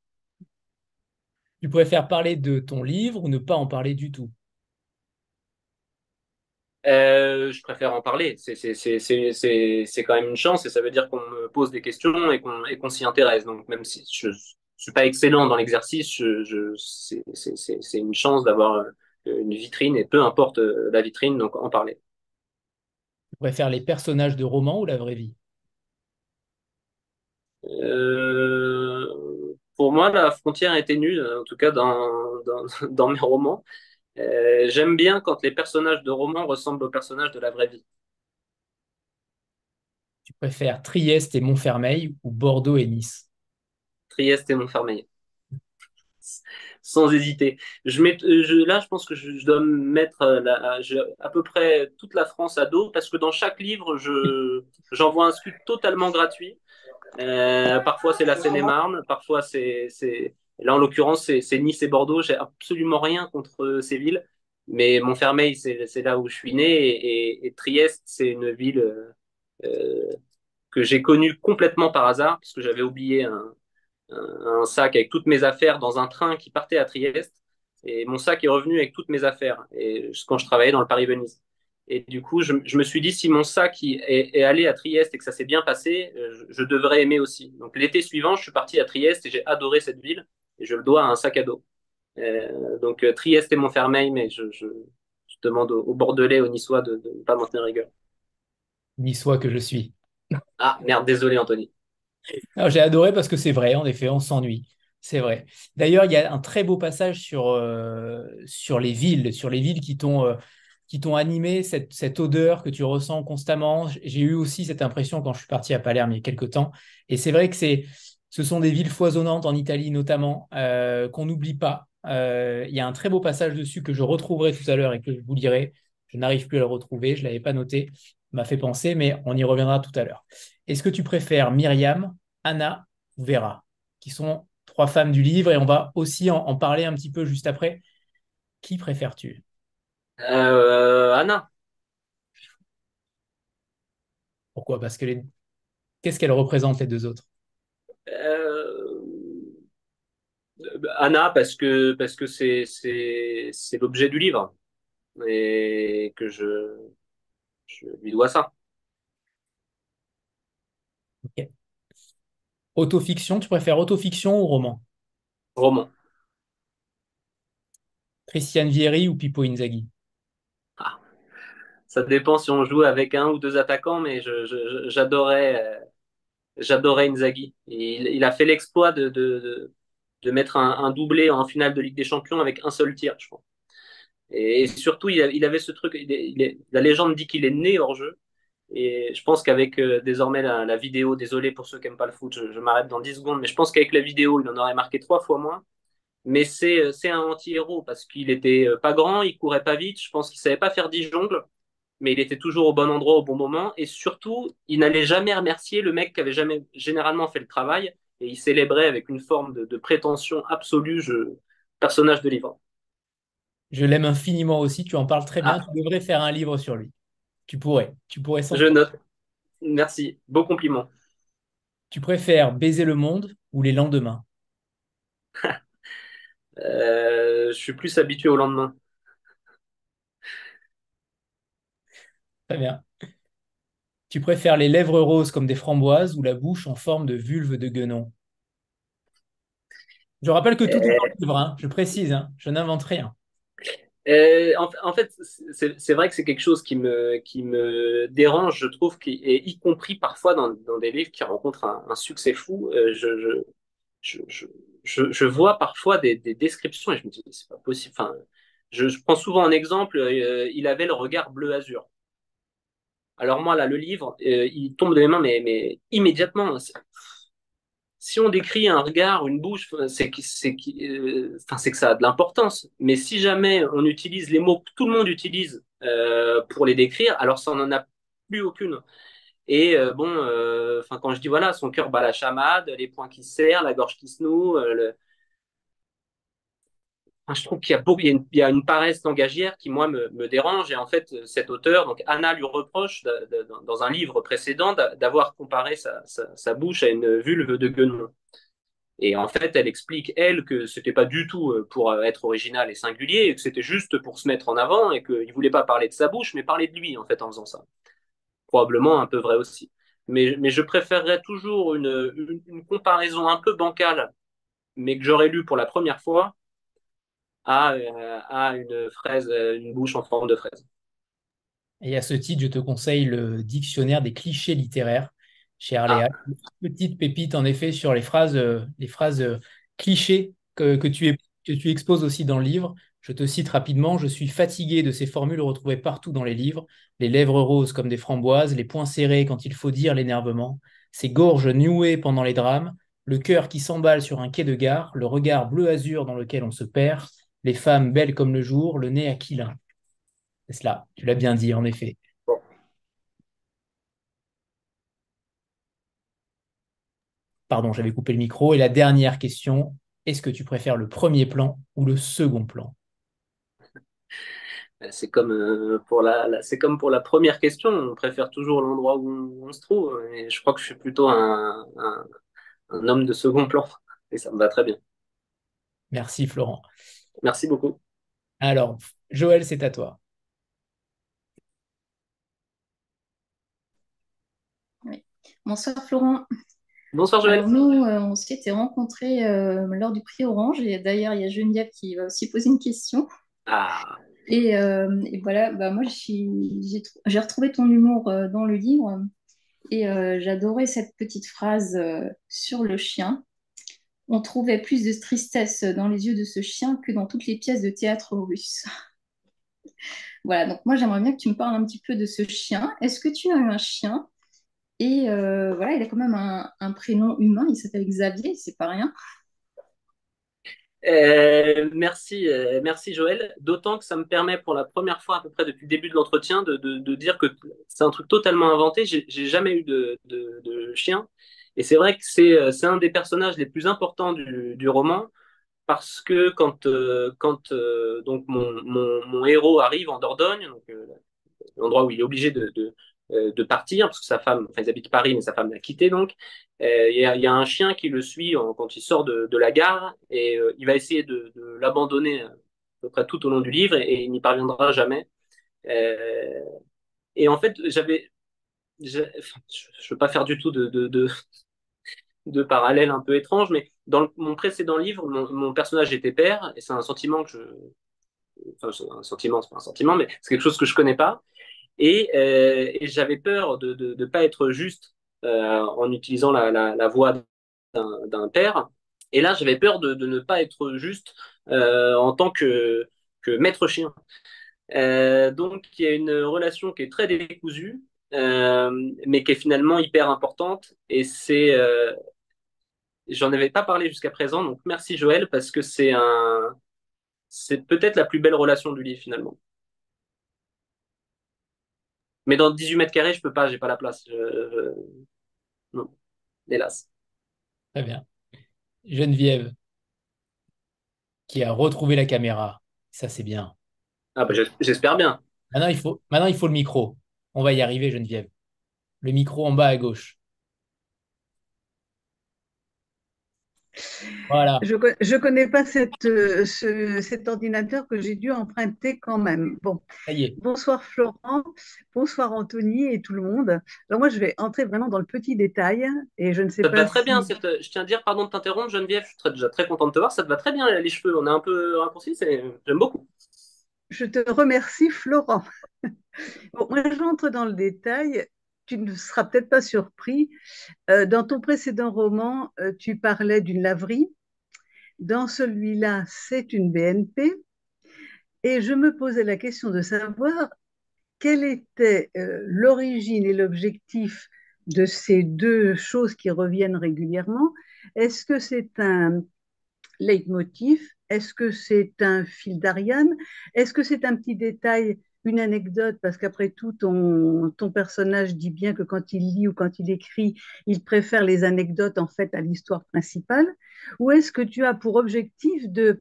Tu préfères parler de ton livre ou ne pas en parler du tout? Euh, je préfère en parler. C'est c'est- c'est- c'est- c'est- c'est quand même une chance et ça veut dire qu'on me pose des questions et qu'on et qu'on s'y intéresse. Donc même si je, je suis pas excellent dans l'exercice, je, je, c'est c'est- c'est- c'est une chance d'avoir euh, une vitrine et peu importe euh, la vitrine, donc en parler. Tu préfères les personnages de romans ou la vraie vie? Euh, pour moi, la frontière est ténue, en tout cas dans, dans, dans mes romans. Euh, j'aime bien quand les personnages de romans ressemblent aux personnages de la vraie vie. Tu préfères Trieste et Montfermeil ou Bordeaux et Nice? Trieste et Montfermeil. Sans hésiter. Je mets, je, là, je pense que je, je dois me mettre euh, la- je- à peu près toute la France à dos parce que dans chaque livre, je, j'envoie un scoop totalement gratuit. Euh, parfois, c'est la Seine-et-Marne, parfois, c'est, c'est, là, en l'occurrence, c'est, c'est Nice et Bordeaux. J'ai absolument rien contre ces villes, mais Montfermeil, c'est, c'est là où je suis né et, et, et Trieste, c'est une ville euh, euh, que j'ai connue complètement par hasard parce que j'avais oublié un, un sac avec toutes mes affaires dans un train qui partait à Trieste. Et mon sac est revenu avec toutes mes affaires et quand je travaillais dans le Paris-Venise. Et du coup, je, je, me suis dit, si mon sac est, est, allé à Trieste et que ça s'est bien passé, je, je devrais aimer aussi. Donc l'été suivant, je suis parti à Trieste et j'ai adoré cette ville et je le dois à un sac à dos. Euh, donc Trieste et Montfermeil, mais je, je, je demande aux, aux Bordelais, aux Niçois de ne pas m'en tenir rigueur. Niçois que je suis. Ah, merde, désolé Anthony. Alors, j'ai adoré parce que c'est vrai, en effet, on s'ennuie. C'est vrai. D'ailleurs, il y a un très beau passage sur, euh, sur les villes, sur les villes qui t'ont euh, qui t'ont animé, cette, cette odeur que tu ressens constamment. J'ai eu aussi cette impression quand je suis parti à Palerme il y a quelques temps. Et c'est vrai que c'est, ce sont des villes foisonnantes en Italie notamment, euh, qu'on n'oublie pas. Euh, il y a un très beau passage dessus que je retrouverai tout à l'heure et que je vous lirai. Je n'arrive plus à le retrouver, je ne l'avais pas noté, m'a fait penser, mais on y reviendra tout à l'heure. Est-ce que tu préfères Myriam, Anna ou Vera, qui sont trois femmes du livre, et on va aussi en, en parler un petit peu juste après. Qui préfères-tu? Euh, Anna. Pourquoi? Parce que les... qu'est-ce qu'elles représentent les deux autres? Euh, Anna, parce que parce que c'est c'est c'est l'objet du livre et que je je lui dois ça. Ok. Autofiction, tu préfères autofiction ou roman? Roman. Christiane Vieri ou Pippo Inzaghi? Ah, ça dépend si on joue avec un ou deux attaquants, mais je, je- j'adorais euh, j'adorais Inzaghi. Il, il a fait l'exploit de, de, de, de mettre un, un doublé en finale de Ligue des Champions avec un seul tir, je crois. Et, et surtout, il, a- il avait ce truc. Il est- il est- la légende dit qu'il est né hors jeu. Et je pense qu'avec euh, désormais la, la vidéo, désolé pour ceux qui n'aiment pas le foot, je, je m'arrête dans dix secondes, mais je pense qu'avec la vidéo, il en aurait marqué trois fois moins. Mais c'est euh, c'est un anti-héros parce qu'il était euh, pas grand, il courait pas vite, je pense qu'il savait pas faire dix jongles, mais il était toujours au bon endroit au bon moment. Et surtout, il n'allait jamais remercier le mec qui avait jamais généralement fait le travail. Et il célébrait avec une forme de, de prétention absolue, je, personnage de livre. Je l'aime infiniment aussi, tu en parles très bien, tu Ah, devrais faire un livre sur lui. Tu pourrais, tu pourrais sans je problème. note. Merci. Beau compliment. Tu préfères baiser le monde ou les lendemains? Euh, je suis plus habitué au lendemain. Très bien. Tu préfères les lèvres roses comme des framboises ou la bouche en forme de vulve de guenon? Je rappelle que tout est dans Euh, le livre, hein, je précise, hein, je n'invente rien. euh, en, en fait, c'est c'est vrai que c'est quelque chose qui me, qui me dérange, je trouve, qui, et y compris parfois dans, dans des livres qui rencontrent un, un succès fou. Euh, je, je, je, je, je, je vois parfois des, des descriptions et je me dis, c'est pas possible. Enfin, je, je prends souvent un exemple, euh, il avait le regard bleu azur. Alors moi, là, le livre, euh, il tombe de mes mains, mais, mais immédiatement. Si on décrit un regard, une bouche, c'est que, c'est que, euh, enfin, c'est que ça a de l'importance. Mais si jamais on utilise les mots que tout le monde utilise euh, pour les décrire, alors ça n'en a plus aucune. Et euh, bon, euh, enfin, quand je dis voilà, son cœur bat la chamade, les poings qui se serrent, la gorge qui se noue, euh, le- enfin, je trouve qu'il y a beaucoup, il y a une, il y a une paresse langagière qui moi me, me dérange. Et en fait, cet auteur, donc Anna lui reproche de- de- dans un livre précédent d'avoir comparé sa, sa, sa bouche à une vulve de guenon. Et en fait, elle explique, elle, que c'était pas du tout euh, pour euh, être original et singulier, et que c'était juste pour se mettre en avant, et qu'il voulait pas parler de sa bouche, mais parler de lui, en fait, en faisant ça. Probablement un peu vrai aussi. Mais, mais je préférerais toujours une, une, une comparaison un peu bancale, mais que j'aurais lu pour la première fois, à, euh, à une fraise, euh, une bouche en forme de fraise. Et à ce titre, je te conseille le dictionnaire des clichés littéraires chez Ah, Arléa. Petite pépite, en effet, sur les phrases, euh, les phrases euh, clichés que, que tu, es- que tu exposes aussi dans le livre. Je te cite rapidement: je suis fatigué de ces formules retrouvées partout dans les livres. Les lèvres roses comme des framboises, les poings serrés quand il faut dire l'énervement, ces gorges nouées pendant les drames, le cœur qui s'emballe sur un quai de gare, le regard bleu azur dans lequel on se perd, les femmes belles comme le jour, le nez aquilin. C'est cela, tu l'as bien dit, en effet. bon. Pardon, j'avais coupé le micro. Et la dernière question, est-ce que tu préfères le premier plan ou le second plan? C'est comme, euh, pour la, la- c'est comme pour la première question, on préfère toujours l'endroit où on se trouve, et je crois que je suis plutôt un, un, un homme de second plan, et ça me va très bien. Merci Florent. Merci beaucoup. Alors, Joël, c'est à toi. Oui. Bonsoir Florent. Bonsoir Joël. Alors nous, euh, on s'était rencontrés euh, lors du prix Orange et d'ailleurs, il y a Geneviève qui va aussi poser une question. Ah, Et, euh, et voilà, bah, moi, j'ai j'ai tr- j'ai retrouvé ton humour euh, dans le livre et euh, j'adorais cette petite phrase euh, sur le chien. On trouvait plus de tristesse dans les yeux de ce chien que dans toutes les pièces de théâtre russes. Voilà, donc moi j'aimerais bien que tu me parles un petit peu de ce chien. Est-ce que tu as eu un chien? Et euh, voilà, il a quand même un, un prénom humain, il s'appelle Xavier, c'est pas rien. Euh, merci, euh, merci Joël. D'autant que ça me permet pour la première fois à peu près depuis le début de l'entretien de, de, de dire que c'est un truc totalement inventé. J'ai j'ai jamais eu de, de, de chien. Et c'est vrai que c'est euh, c'est un des personnages les plus importants du, du roman parce que quand, euh, quand euh, donc mon, mon, mon héros arrive en Dordogne, donc, euh, l'endroit où il est obligé de, de, euh, de partir, parce que sa femme, enfin, ils habitent Paris, mais sa femme l'a quitté, donc. Euh, Il y, a, il y a un chien qui le suit en- quand il sort de, de la gare, et euh, il va essayer de, de l'abandonner euh, à peu près tout au long du livre, et, et il n'y parviendra jamais. Euh, et en fait, j'avais, j'ai- enfin, je ne veux pas faire du tout de, de, de, de parallèles un peu étranges, mais dans le- mon précédent livre, mon, mon personnage était père, et c'est un sentiment que je, enfin, c'est un sentiment, c'est pas un sentiment, mais c'est quelque chose que je connais pas. Et, euh, et j'avais peur de ne de, de pas être juste euh, en utilisant la, la, la voix d'un d'un père. Et là, j'avais peur de, de ne pas être juste euh, en tant que, que maître chien. Euh, donc, il y a une relation qui est très décousue, euh, mais qui est finalement hyper importante. Et c'est, euh, j'en avais pas parlé jusqu'à présent, donc merci Joël, parce que c'est un, c'est peut-être la plus belle relation du livre finalement. Mais dans dix-huit mètres carrés, je peux pas, j'ai pas la place. Je, je- non, hélas. Très bien. Geneviève, qui a retrouvé la caméra. Ça, c'est bien. Ah bah, j'es- j'espère bien. Maintenant, il faut, maintenant, il faut le micro. On va y arriver, Geneviève. Le micro en bas à gauche. Voilà. Je ne connais pas cette, euh, ce- cet ordinateur que j'ai dû emprunter quand même. Bon, Ça y est. bonsoir Florent, bonsoir Anthony et tout le monde. Alors moi, je vais entrer vraiment dans le petit détail et je ne sais Ça te va pas très bien. si Cette... Je tiens à dire, pardon de t'interrompre, Geneviève, je suis très- déjà très content de te voir. Ça te va très bien les cheveux. On est un peu raccourcis, c'est... j'aime beaucoup. je te remercie Florent. Bon, moi, j'entre dans le détail. Tu ne seras peut-être pas surpris. Euh, dans ton précédent roman, euh, tu parlais d'une laverie. Dans celui-là, c'est une B N P. Et je me posais la question de savoir quelle était euh, l'origine et l'objectif de ces deux choses qui reviennent régulièrement? Est-ce que c'est un leitmotiv? Est-ce que c'est un fil d'Ariane? Est-ce que c'est un petit détail, une anecdote? Parce qu'après tout, ton, ton personnage dit bien que quand il lit ou quand il écrit, il préfère les anecdotes en fait à l'histoire principale. Ou est-ce que tu as pour objectif de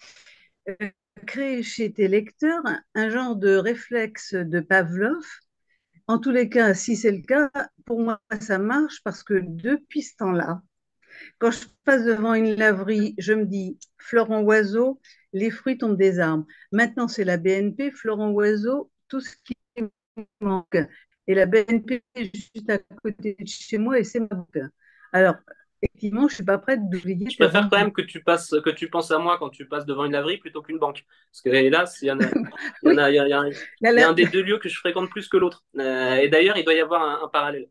euh, créer chez tes lecteurs un, un genre de réflexe de Pavlov? En tous les cas, si c'est le cas, pour moi, ça marche parce que depuis ce temps-là, quand je passe devant une laverie, je me dis Florent Oiseau, les fruits tombent des arbres. Maintenant, c'est la B N P, Florent Oiseau, tout ce qui manque. Et la B N P est juste à côté de chez moi et c'est ma banque. Alors, effectivement, je ne suis pas prête d'oublier Je tes préfère quand rendez-vous. même que tu passes, que tu penses à moi quand tu passes devant une laverie plutôt qu'une banque. Parce que hélas, il y en a, il y en Oui, a, il y a, il y a un la, il y a la, un des deux lieux que je fréquente plus que l'autre. Euh, et d'ailleurs, il doit y avoir un, un parallèle.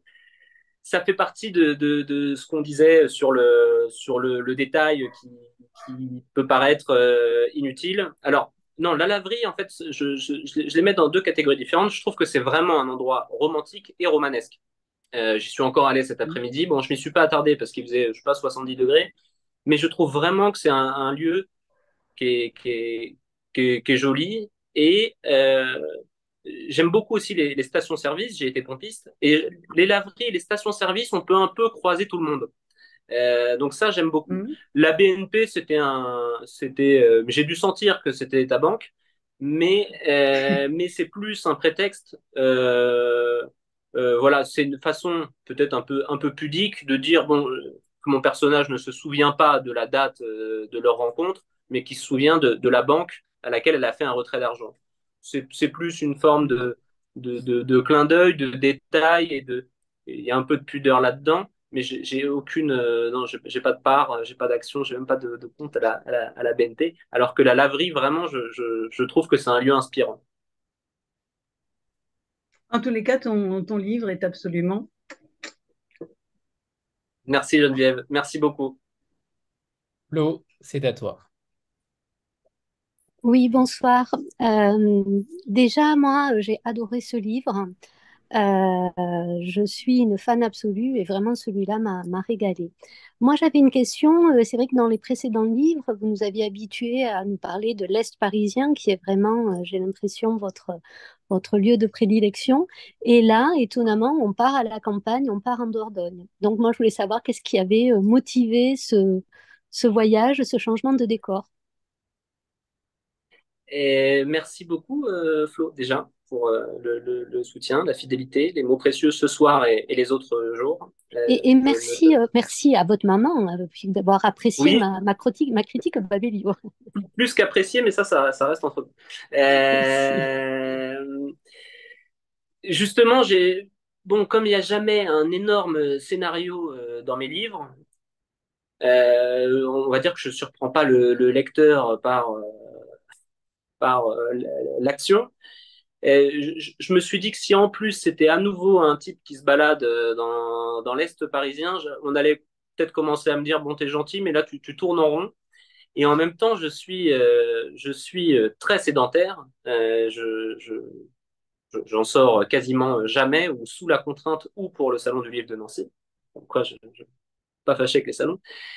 Ça fait partie de, de, de ce qu'on disait sur le, sur le, le détail qui, qui peut paraître euh, inutile. Alors, non, la laverie, en fait, je, je, je, les mets dans deux catégories différentes. Je trouve que c'est vraiment un endroit romantique et romanesque. Euh, j'y suis encore allé cet après-midi. Bon, je m'y suis pas attardé parce qu'il faisait, je sais pas, soixante-dix degrés. Mais je trouve vraiment que c'est un, un lieu qui est, qui est, qui est, qui est joli. Et euh, j'aime beaucoup aussi les, les stations-service. J'ai été pompiste. Et les laveries et les stations-service, on peut un peu croiser tout le monde. Euh, donc ça, j'aime beaucoup. Hmm. La B N P, c'était un, c'était, euh, j'ai dû sentir que c'était ta banque, mais euh, mais c'est plus un prétexte. Euh, euh, voilà, c'est une façon peut-être un peu un peu pudique de dire bon euh, que mon personnage ne se souvient pas de la date euh, de leur rencontre, mais qui se souvient de, de la banque à laquelle elle a fait un retrait d'argent. C'est c'est plus une forme de de, de, de clin d'œil, de détail et de il y a un peu de pudeur là-dedans mais j'ai j'ai aucune, euh, non, j'ai j'ai pas de part, euh, j'ai pas d'action, j'ai même pas de, de compte à la, à la, à la B N P. Alors que la laverie, vraiment, je, je, je trouve que c'est un lieu inspirant. En tous les cas, ton, ton livre est absolument. Merci Geneviève, merci beaucoup. Flo, c'est à toi. Oui, bonsoir. Euh, déjà, moi, j'ai adoré ce livre. Euh, je suis une fan absolue et vraiment celui-là m'a m'a régalé. Moi, j'avais une question. Euh, C'est vrai que dans les précédents livres, vous nous aviez habitués à nous parler de l'Est parisien, qui est vraiment, euh, j'ai l'impression, votre, votre lieu de prédilection. Et là, étonnamment, on part à la campagne, on part en Dordogne. Donc, moi, je voulais savoir qu'est-ce qui avait euh, motivé ce, ce voyage, ce changement de décor. Et merci beaucoup, euh, Flo, déjà, pour euh, le, le- le soutien, la fidélité, les mots précieux ce soir et, et les autres jours. Euh, Et, et je ne- merci, euh, merci à votre maman euh, d'avoir apprécié Oui, ma, ma critique, ma critique de Babelio. plus qu'apprécié, mais ça, ça, ça reste entre nous. Merci. Euh, Justement, j'ai bon, comme il n'y a jamais un énorme scénario euh, dans mes livres, euh, on va dire que je surprends pas le, le lecteur par euh, par euh, l'action. Et je, je me suis dit que si en plus c'était à nouveau un type qui se balade euh, dans, dans l'Est parisien, je- on allait peut-être commencer à me dire, bon, t'es gentil, mais là, tu, tu tournes en rond. Et en même temps, je suis, euh, je suis euh, très sédentaire. Euh, je, je, je- j'en sors quasiment jamais, ou sous la contrainte, ou pour le Salon du Livre de Nancy. Donc, quoi, je ne suis pas fâché avec les salons.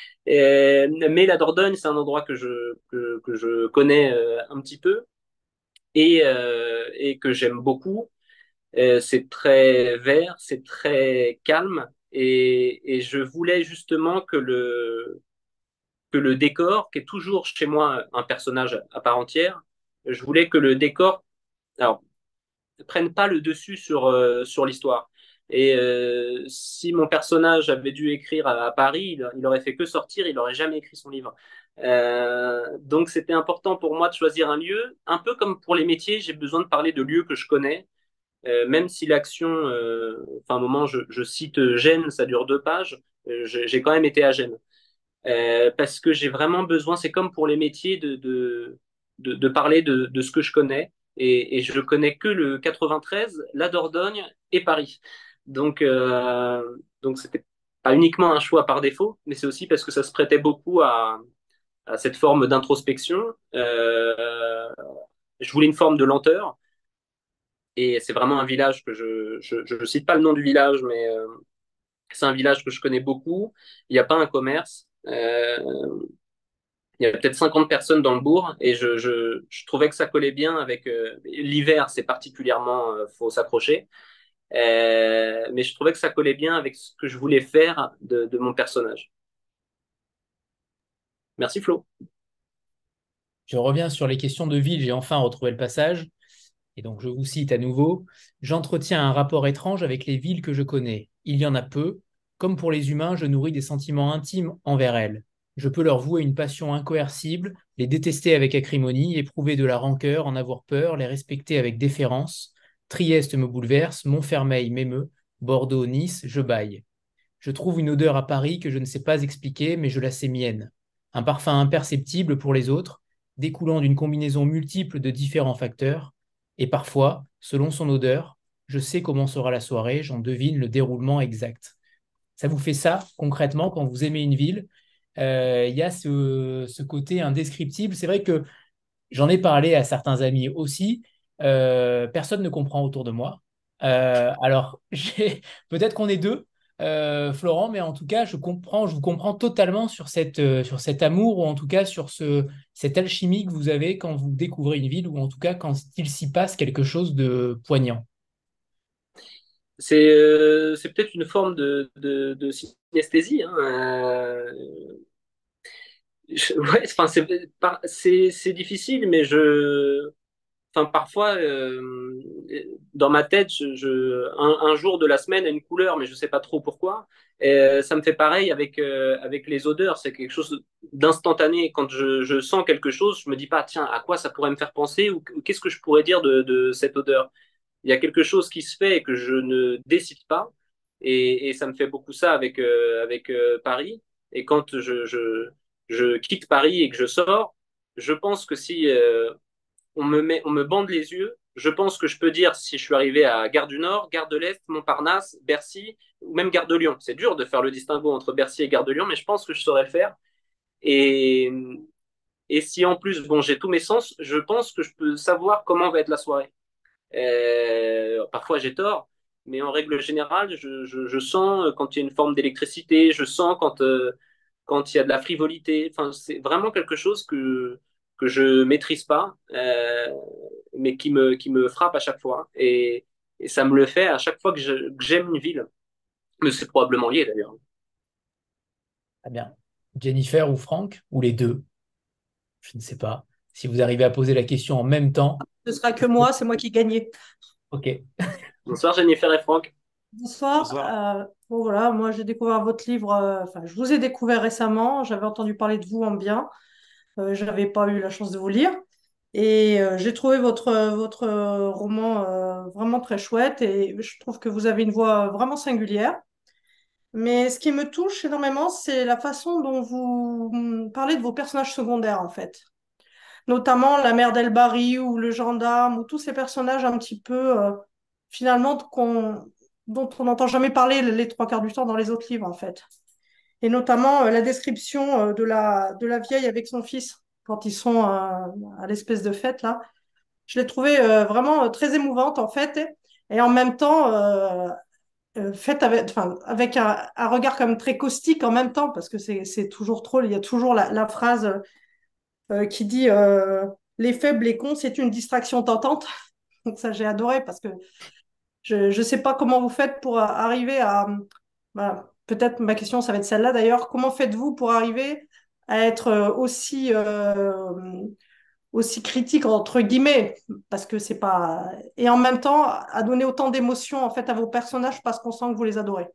Et- mais la Dordogne, c'est un endroit que je, que, que je connais euh, un petit peu et, euh, et que j'aime beaucoup. Euh, c'est très vert, c'est très calme et, et je voulais justement que le, que le décor, qui est toujours chez moi un personnage à part entière, je voulais que le décor alors, ne prenne pas le dessus sur, euh, sur l'histoire. Et euh, si mon personnage avait dû écrire à, à Paris, il, il aurait fait que sortir, il n'aurait jamais écrit son livre. Euh, donc c'était important pour moi de choisir un lieu, un peu comme pour les métiers, j'ai besoin de parler de lieux que je connais. Euh, même si l'action, euh, enfin, à un moment, je, je cite Gênes, ça dure deux pages, euh, j'ai j'ai quand même été à Gênes. Euh, parce que j'ai vraiment besoin, c'est comme pour les métiers, de, de, de, de parler de, de ce que je connais. Et, et je connais que le quatre-vingt-treize, la Dordogne et Paris. Donc, euh, donc c'était pas uniquement un choix par défaut, mais c'est aussi parce que ça se prêtait beaucoup à, à cette forme d'introspection. Euh, je voulais une forme de lenteur. Et c'est vraiment un village que je, je, je cite pas le nom du village, mais euh, c'est un village que je connais beaucoup. Il n'y a pas un commerce. Euh, il y a peut-être cinquante personnes dans le bourg et je, je, je trouvais que ça collait bien avec euh, l'hiver, c'est particulièrement, euh, faut s'accrocher. Euh, mais je trouvais que ça collait bien avec ce que je voulais faire de, de mon personnage. Merci Flo. Je reviens sur les questions de ville, j'ai enfin retrouvé le passage. Et donc, je vous cite à nouveau. J'entretiens un rapport étrange avec les villes que je connais. Il y en a peu. Comme pour les humains, je nourris des sentiments intimes envers elles. Je peux leur vouer une passion incoercible, les détester avec acrimonie, éprouver de la rancœur, en avoir peur, les respecter avec déférence. Trieste me bouleverse, Montfermeil m'émeut, Bordeaux, Nice, je bâille. Je trouve une odeur à Paris que je ne sais pas expliquer, mais je la sais mienne. Un parfum imperceptible pour les autres, découlant d'une combinaison multiple de différents facteurs. Et parfois, selon son odeur, je sais comment sera la soirée, j'en devine le déroulement exact. Ça vous fait ça concrètement quand vous aimez une ville. Euh, Il y a ce, ce côté indescriptible. C'est vrai que j'en ai parlé à certains amis aussi. Euh, personne ne comprend autour de moi. Euh, alors, j'ai- peut-être qu'on est deux, euh, Florent, mais en tout cas, je comprends, je vous comprends totalement sur cette, euh, sur cet amour ou en tout cas sur ce, cette alchimie que vous avez quand vous découvrez une ville ou en tout cas quand il s'y passe quelque chose de poignant. C'est euh, c'est peut-être une forme de, de, de synesthésie. Hein. Euh, je- ouais, enfin, c'est par- c'est c'est difficile, mais je enfin, parfois, euh, dans ma tête, je, je- un, un jour de la semaine a une couleur, mais je sais pas trop pourquoi. Et euh, ça me fait pareil avec, euh, avec les odeurs. C'est quelque chose d'instantané. Quand je, je sens quelque chose, je me dis pas, tiens, à quoi ça pourrait me faire penser ou, ou qu'est-ce que je pourrais dire de, de cette odeur. Il y a quelque chose qui se fait et que je ne décide pas. Et, et ça me fait beaucoup ça avec, euh, avec euh, Paris. Et quand je, je, je quitte Paris et que je sors, je pense que si euh, on me met, on me bande les yeux. Je pense que je peux dire si je suis arrivé à Gare du Nord, Gare de l'Est, Montparnasse, Bercy ou même Gare de Lyon. C'est dur de faire le distinguo entre Bercy et Gare de Lyon, mais je pense que je saurais le faire. Et, Et si en plus, bon, j'ai tous mes sens, je pense que je peux savoir comment va être la soirée. Euh, parfois j'ai tort, mais en règle générale, je, je, je sens quand il y a une forme d'électricité, je sens quand, euh, quand il y a de la frivolité. Enfin, c'est vraiment quelque chose que, que je maîtrise pas, euh, mais qui me, qui me frappe à chaque fois. Et, et ça me le fait à chaque fois que je- que j'aime une ville. Mais c'est probablement lié d'ailleurs. Très bien. Jennifer ou Franck, ou les deux, je ne sais pas. Si vous arrivez à poser la question en même temps. Ce sera que moi, c'est moi qui gagnais. Ok. Bonsoir Jennifer et Franck. Bonsoir. Bonsoir. Euh, bon, voilà, moi j'ai découvert votre livre, euh, enfin, je vous ai découvert récemment, j'avais entendu parler de vous en bien, euh, je n'avais pas eu la chance de vous lire. Et euh, j'ai trouvé votre, votre euh, roman euh, vraiment très chouette et je trouve que vous avez une voix vraiment singulière. Mais ce qui me touche énormément, c'est la façon dont vous hum, parlez de vos personnages secondaires, en fait. Notamment la mère d'Elbari ou le gendarme ou tous ces personnages un petit peu, euh, finalement, qu'on, dont on n'entend jamais parler les trois quarts du temps dans les autres livres, en fait. Et notamment euh, la description euh, de la, de la vieille avec son fils quand ils sont euh, à l'espèce de fête, là. Je l'ai trouvée euh, vraiment euh, très émouvante, en fait. Et, et en même temps, euh, euh, faite avec, enfin, avec un, un regard comme très caustique en même temps, parce que c'est c'est toujours trop, il y a toujours la, la phrase euh, qui dit euh, les faibles, les cons, c'est une distraction tentante. Donc ça, j'ai adoré parce que je ne sais pas comment vous faites pour a- arriver à... Bah, peut-être ma question, ça va être celle-là d'ailleurs. Comment faites-vous pour arriver à être euh, aussi, euh, aussi critique, entre guillemets, parce que c'est pas... Et en même temps, à donner autant d'émotions en fait à vos personnages parce qu'on sent que vous les adorez.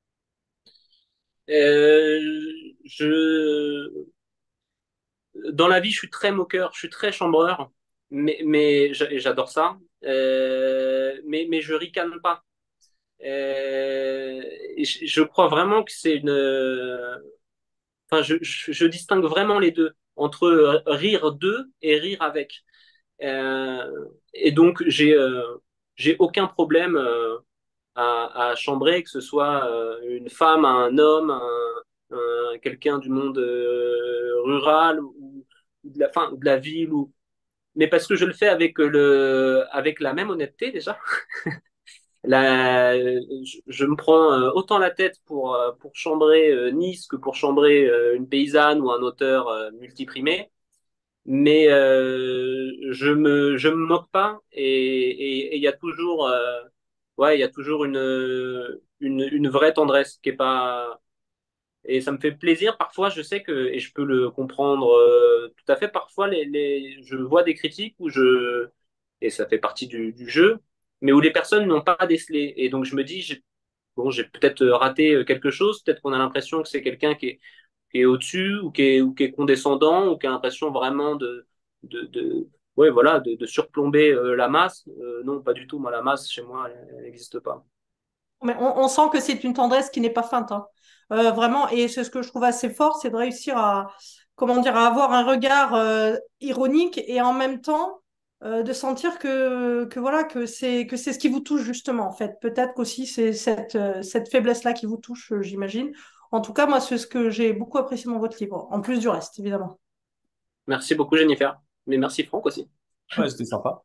Euh, je, dans la vie, je suis très moqueur, je suis très chambreur, mais, mais j'a- j'adore ça. Euh, mais, mais je ricane pas. Euh, et je, je crois vraiment que c'est une. Enfin, je, je, je distingue vraiment les deux entre rire de et rire avec. Euh, et donc, j'ai euh, j'ai aucun problème euh, à, à chambrer, que ce soit euh, une femme, un homme, un, un- quelqu'un du monde euh, rural ou, ou de la, fin, de la ville ou mais parce que je le fais avec le, avec la même honnêteté déjà. La, je, je me prends euh, autant la tête pour, euh, pour chambrer euh, Nice que pour chambrer euh, une paysanne ou un auteur euh, multiprimé. Mais euh, je me, je me moque pas et et- et il y a toujours, euh, ouais, il y a toujours une, une, une vraie tendresse qui est pas. Et ça me fait plaisir. Parfois, je sais que, et je peux le comprendre euh, tout à fait, parfois, les, les, je vois des critiques où je, et ça fait partie du, du jeu, mais où les personnes n'ont pas décelé. Et donc, je me dis, j'ai, bon, j'ai peut-être raté quelque chose, peut-être qu'on a l'impression que c'est quelqu'un qui est, qui est au-dessus ou qui est, ou qui est condescendant ou qui a l'impression vraiment de, de, de, ouais, voilà, de, de surplomber euh, la masse. Euh, non, pas du tout. Moi, la masse, chez moi, elle n'existe pas. Mais on, on sent que c'est une tendresse qui n'est pas feinte, hein. Euh, vraiment, et c'est ce que je trouve assez fort, c'est de réussir à, comment dire, à avoir un regard euh, ironique et en même temps euh, de sentir que, que voilà que c'est que c'est ce qui vous touche justement en fait. Peut-être qu'aussi c'est cette, euh, cette faiblesse-là qui vous touche, euh, j'imagine. En tout cas, moi, c'est ce que j'ai beaucoup apprécié dans votre livre, en plus du reste, évidemment. Merci beaucoup, Jennifer. Mais merci, Franck, aussi. Ouais, c'était sympa.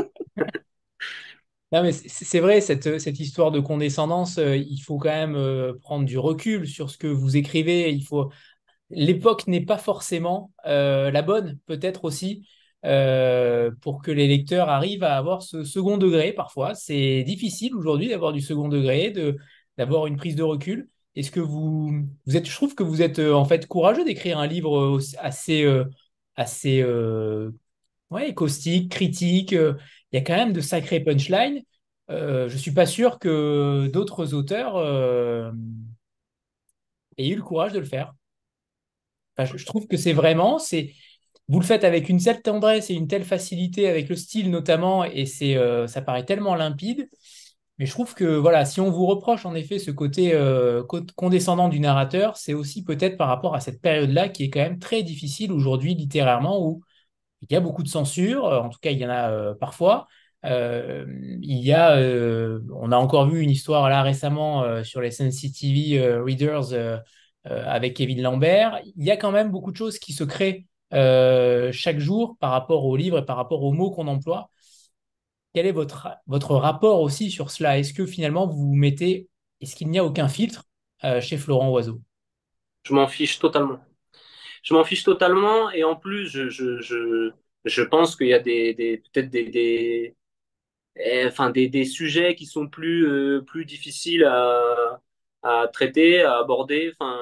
Non, mais c'est c'est vrai, cette, cette histoire de condescendance, euh, il faut quand même euh, prendre du recul sur ce que vous écrivez. Il faut... L'époque n'est pas forcément euh, la bonne, peut-être aussi, euh, pour que les lecteurs arrivent à avoir ce second degré parfois. C'est difficile aujourd'hui d'avoir du second degré, de, d'avoir une prise de recul. Est-ce que vous, vous êtes, je trouve que vous êtes euh, en fait courageux d'écrire un livre euh, assez, euh, assez euh, ouais, caustique, critique. euh, Il y a quand même de sacrés punchlines. Euh, je suis pas sûr que d'autres auteurs euh, aient eu le courage de le faire. Enfin, je, je trouve que c'est vraiment, c'est, vous le faites avec une telle tendresse et une telle facilité, avec le style notamment, et c'est, euh, ça paraît tellement limpide. Mais je trouve que voilà, si on vous reproche en effet ce côté euh, co- condescendant du narrateur, c'est aussi peut-être par rapport à cette période-là qui est quand même très difficile aujourd'hui littérairement, où il y a beaucoup de censure, euh, en tout cas il y en a euh, parfois. Euh, il y a, euh, on a encore vu une histoire là récemment euh, sur les Sensitivity euh, Readers euh, euh, avec Kevin Lambert. Il y a quand même beaucoup de choses qui se créent euh, chaque jour par rapport au livre et par rapport aux mots qu'on emploie. Quel est votre, votre rapport aussi sur cela? Est-ce que finalement vous vous mettez, est-ce qu'il n'y a aucun filtre euh, chez Florent Oiseau? Je m'en fiche totalement. Je m'en fiche totalement et en plus, je, je, je, je pense qu'il y a des, des peut-être des, des, eh, enfin, des, des sujets qui sont plus, euh, plus difficiles à, à traiter, à aborder. Enfin,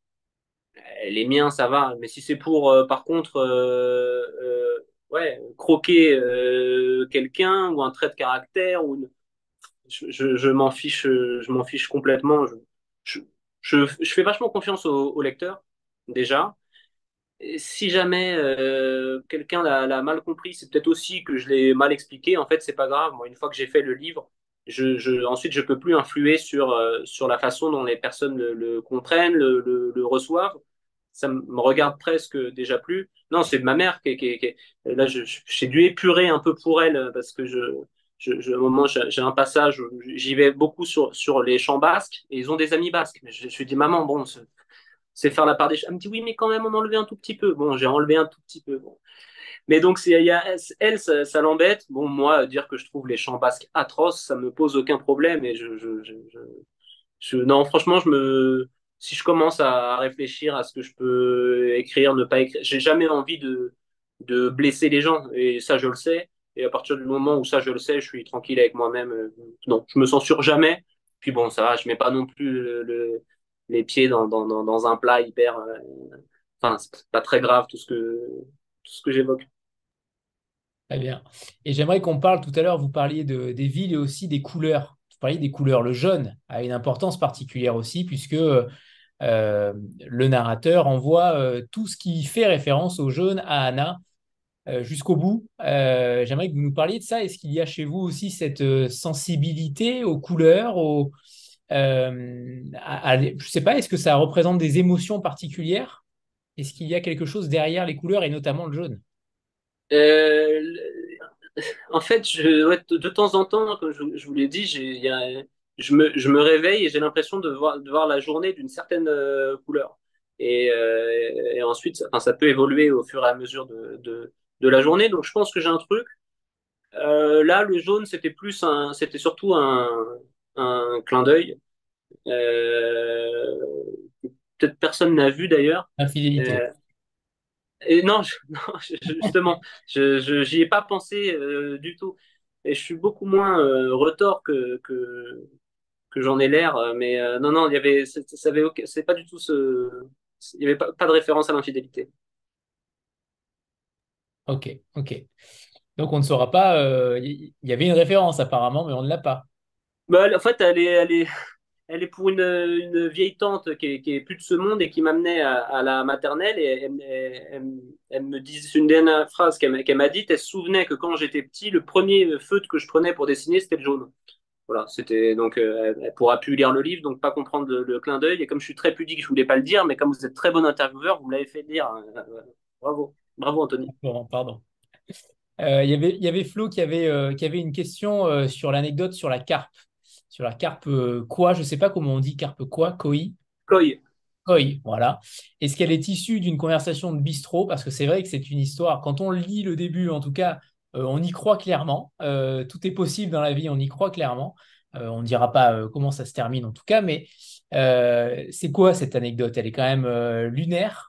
eh, les miens, ça va. Mais si c'est pour, euh, par contre, euh, euh, ouais, croquer euh, quelqu'un ou un trait de caractère, ou une- je, je, je m'en fiche, euh, je m'en fiche complètement. Je, je, je, je fais vachement confiance au, au lecteur, déjà. Et si jamais euh, quelqu'un l'a l'a mal compris, c'est peut-être aussi que je l'ai mal expliqué. En fait, c'est pas grave. Moi, une fois que j'ai fait le livre, je, je, ensuite, je peux plus influer sur, euh, sur la façon dont les personnes le, le comprennent, le, le, le reçoivent. Ça me regarde presque déjà plus. Non, c'est ma mère qui, qui, qui là, je, je- j'ai dû épurer un peu pour elle parce que je, je, je, à un moment, j'ai j'ai un passage où j'y vais beaucoup sur, sur les chants basques et ils ont des amis basques. Mais je, je lui dis, maman, bon, c'est faire la part des choses. Elle me dit oui, mais quand même, on enlevait un tout petit peu. Bon, j'ai enlevé un tout petit peu. Bon. Mais donc, c'est, il y a, elle, ça, ça l'embête. Bon, moi, dire que je trouve les chants basques atroces, ça me pose aucun problème. Et je, je, je, je, je- non, franchement, je me, si je commence à réfléchir à ce que je peux écrire, ne pas écrire, j'ai jamais envie de, de blesser les gens. Et ça, je le sais. Et à partir du moment où ça, je le sais, je suis tranquille avec moi-même. Euh, Non, je me censure jamais. Puis bon, ça va, je mets pas non plus le, le- les pieds dans, dans, dans, dans un plat hyper. euh, Enfin, c'est pas très grave tout ce que, tout ce que j'évoque. Très bien. Et j'aimerais qu'on parle tout à l'heure, vous parliez de, des villes et aussi des couleurs. Vous parliez des couleurs. Le jaune a une importance particulière aussi, puisque euh, le narrateur envoie euh, tout ce qui fait référence au jaune à Anna euh, jusqu'au bout. Euh, j'aimerais que vous nous parliez de ça. Est-ce qu'il y a chez vous aussi cette euh, sensibilité aux couleurs, aux, euh, à- à- je ne sais pas, est-ce que ça représente des émotions particulières? Est-ce qu'il y a quelque chose derrière les couleurs et notamment le jaune? Euh, En fait, je, ouais, de, de temps en temps, comme je, je vous l'ai dit, j'ai, il y a- je me, je me réveille et j'ai l'impression de voir, de voir la journée d'une certaine euh, couleur. Et, euh, et ensuite, ça, enfin, ça peut évoluer au fur et à mesure de, de, de la journée. Donc, je pense que j'ai un truc. Euh, là, le jaune, c'était plus un, c'était surtout un, un clin d'œil. Euh, que peut-être personne n'a vu d'ailleurs. Infidélité. Euh, et non, je- non, je- justement, je, je, j'y ai pas pensé euh, du tout. Et je suis beaucoup moins euh, retors que, que, que j'en ai l'air. euh, Mais euh, non, non, il y avait, c'est ça avait aucun- c'est pas du tout ce, il y avait pas, pas de référence à l'infidélité. Ok, ok. Donc on ne saura pas. euh, Il y, y avait une référence apparemment, mais on ne l'a pas. Bah, en fait, elle est, elle est, elle est pour une, une vieille tante qui est, qui est plus de ce monde et qui m'amenait à, à la maternelle et elle, elle, elle, elle me dit, c'est une dernière phrase qu'elle m'a qu'elle m'a dite, elle se souvenait que quand j'étais petit, le premier feutre que je prenais pour dessiner, c'était le jaune. Voilà, c'était donc euh, elle, elle pourra plus lire le livre, donc pas comprendre le, le clin d'œil. Et comme je suis très pudique, je voulais pas le dire, mais comme vous êtes très bon intervieweur, vous me l'avez fait dire. Euh, euh, bravo, bravo Anthony. Laurent, pardon. Euh, Il y avait, il y avait Flo qui avait, euh, qui avait une question euh, sur l'anecdote sur la carpe. Sur la carpe euh, quoi, je ne sais pas comment on dit carpe quoi, koi. Coy. Koi, voilà. Est-ce qu'elle est issue d'une conversation de bistrot? Parce que c'est vrai que c'est une histoire. Quand on lit le début, en tout cas, euh, on y croit clairement. Euh, tout est possible dans la vie, on y croit clairement. Euh, on ne dira pas euh, comment ça se termine en tout cas, mais euh, c'est quoi cette anecdote? Elle est quand même euh, lunaire.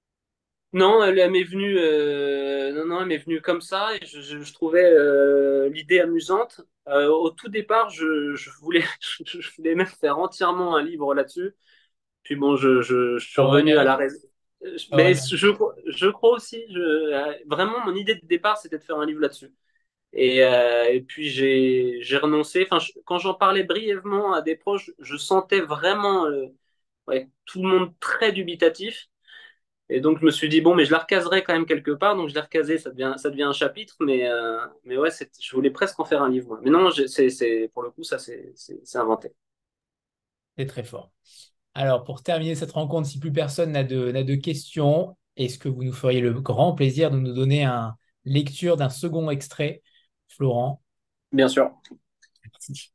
Non, elle, elle m'est venue, euh, non, non, elle m'est venue comme ça et je, je, je trouvais euh, l'idée amusante. Euh, au tout départ, je, je voulais, je, je voulais même faire entièrement un livre là-dessus. Puis bon, je, je, je suis Je revenu à regrette. la raison. Je Mais regrette. je, je crois aussi, je, euh, vraiment, mon idée de départ, c'était de faire un livre là-dessus. Et, euh, et puis j'ai j'ai renoncé. Enfin, je- quand j'en parlais brièvement à des proches, je sentais vraiment euh, ouais, tout le monde très dubitatif. Et donc je me suis dit bon, mais je la recaserai quand même quelque part. Donc je l'ai recasé, ça devient ça devient un chapitre. Mais euh, mais ouais, c'est- je voulais presque en faire un livre, moi. Mais non, j'ai- c'est c'est pour le coup ça c'est c'est c'est inventé. C'est très fort. Alors, pour terminer cette rencontre, si plus personne n'a de, n'a de questions, est-ce que vous nous feriez le grand plaisir de nous donner une lecture d'un second extrait, Florent? Bien sûr. Merci.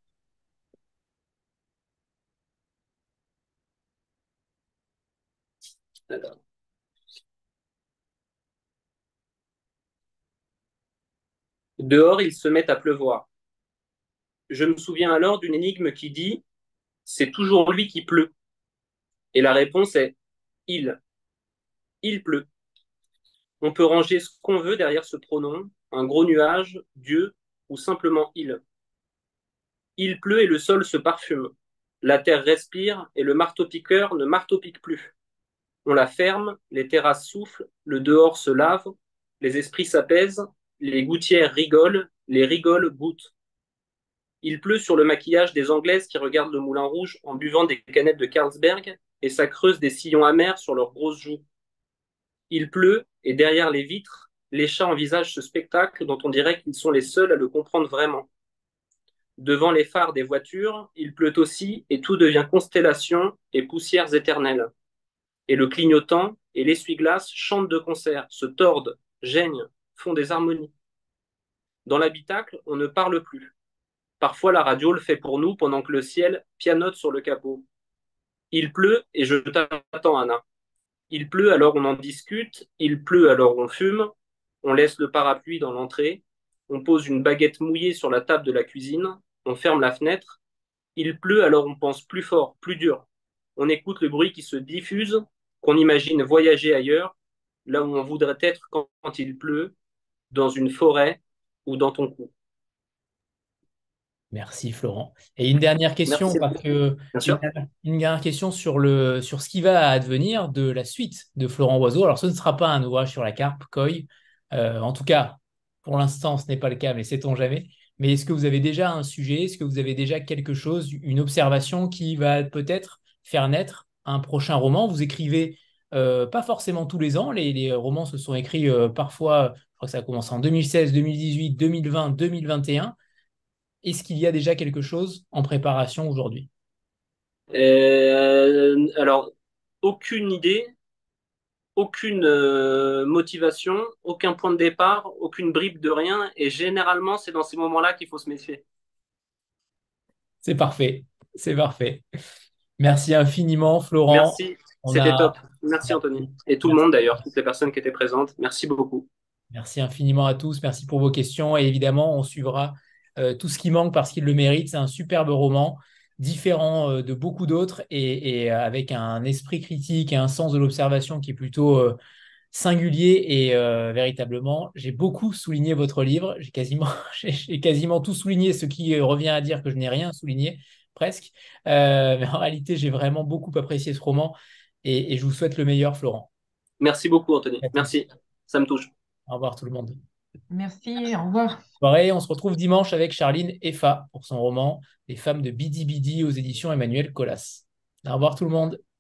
Alors, Dehors, il se met à pleuvoir. Je me souviens alors d'une énigme qui dit « C'est toujours lui qui pleut ». Et la réponse est « Il ». Il pleut. On peut ranger ce qu'on veut derrière ce pronom, un gros nuage, Dieu ou simplement il. Il pleut et le sol se parfume. La terre respire et le marteau-piqueur ne marteau-pique plus. On la ferme, les terrasses soufflent, le dehors se lave, les esprits s'apaisent, les gouttières rigolent, les rigoles goûtent. Il pleut sur le maquillage des Anglaises qui regardent le Moulin Rouge en buvant des canettes de Carlsberg et ça creuse des sillons amers sur leurs grosses joues. Il pleut et derrière les vitres, les chats envisagent ce spectacle dont on dirait qu'ils sont les seuls à le comprendre vraiment. Devant les phares des voitures, il pleut aussi et tout devient constellation et poussières éternelles. Et le clignotant et l'essuie-glace chantent de concert, se tordent, geignent, font des harmonies. Dans l'habitacle, on ne parle plus. Parfois, la radio le fait pour nous pendant que le ciel pianote sur le capot. Il pleut et je t'attends, Anna. Il pleut alors on en discute, il pleut alors on fume, on laisse le parapluie dans l'entrée, on pose une baguette mouillée sur la table de la cuisine, on ferme la fenêtre. Il pleut alors on pense plus fort, plus dur. On écoute le bruit qui se diffuse, qu'on imagine voyager ailleurs, là où on voudrait être quand, quand il pleut, dans une forêt ou dans ton cou. Merci Florent. Et une dernière question, Merci. parce que Bien sûr. une, une dernière question sur le sur ce qui va advenir de la suite de Florent Oiseau. Alors, ce ne sera pas un ouvrage sur la carpe koi. Euh, en tout cas, pour l'instant, ce n'est pas le cas, mais sait-on jamais. Mais est-ce que vous avez déjà un sujet? Est-ce que vous avez déjà quelque chose, une observation qui va peut-être faire naître un prochain roman? Vous écrivez euh, pas forcément tous les ans. Les, les romans se sont écrits euh, parfois, je crois que ça a commencé en deux mille seize, deux mille dix-huit, deux mille vingt, deux mille vingt et un. Est-ce qu'il y a déjà quelque chose en préparation aujourd'hui? Euh, alors, aucune idée, aucune euh, motivation, aucun point de départ, aucune bribe de rien. Et généralement, c'est dans ces moments-là qu'il faut se méfier. C'est parfait, c'est parfait. Merci infiniment, Florent. Merci, On c'était a... top. Merci Anthony. Merci, Et tout le merci, monde d'ailleurs, toutes les personnes qui étaient présentes. Merci beaucoup. merci infiniment à tous. Merci pour vos questions. Et évidemment, on suivra euh, tout ce qui manque parce qu'il le mérite. C'est un superbe roman, différent euh, de beaucoup d'autres et, et, euh, avec un esprit critique et un sens de l'observation qui est plutôt euh, singulier. Et euh, véritablement, j'ai beaucoup souligné votre livre. J'ai quasiment, j'ai j'ai quasiment tout souligné, ce qui revient à dire que je n'ai rien souligné, presque. Euh, mais en réalité, j'ai vraiment beaucoup apprécié ce roman et, et je vous souhaite le meilleur, Florent. Merci beaucoup Anthony. À tous. Merci, ça me touche. Au revoir tout le monde. Merci, au revoir. Pareil, on se retrouve dimanche avec Charline Effa pour son roman Les femmes de Bidi Bidi aux éditions Emmanuel Colas. Au revoir tout le monde.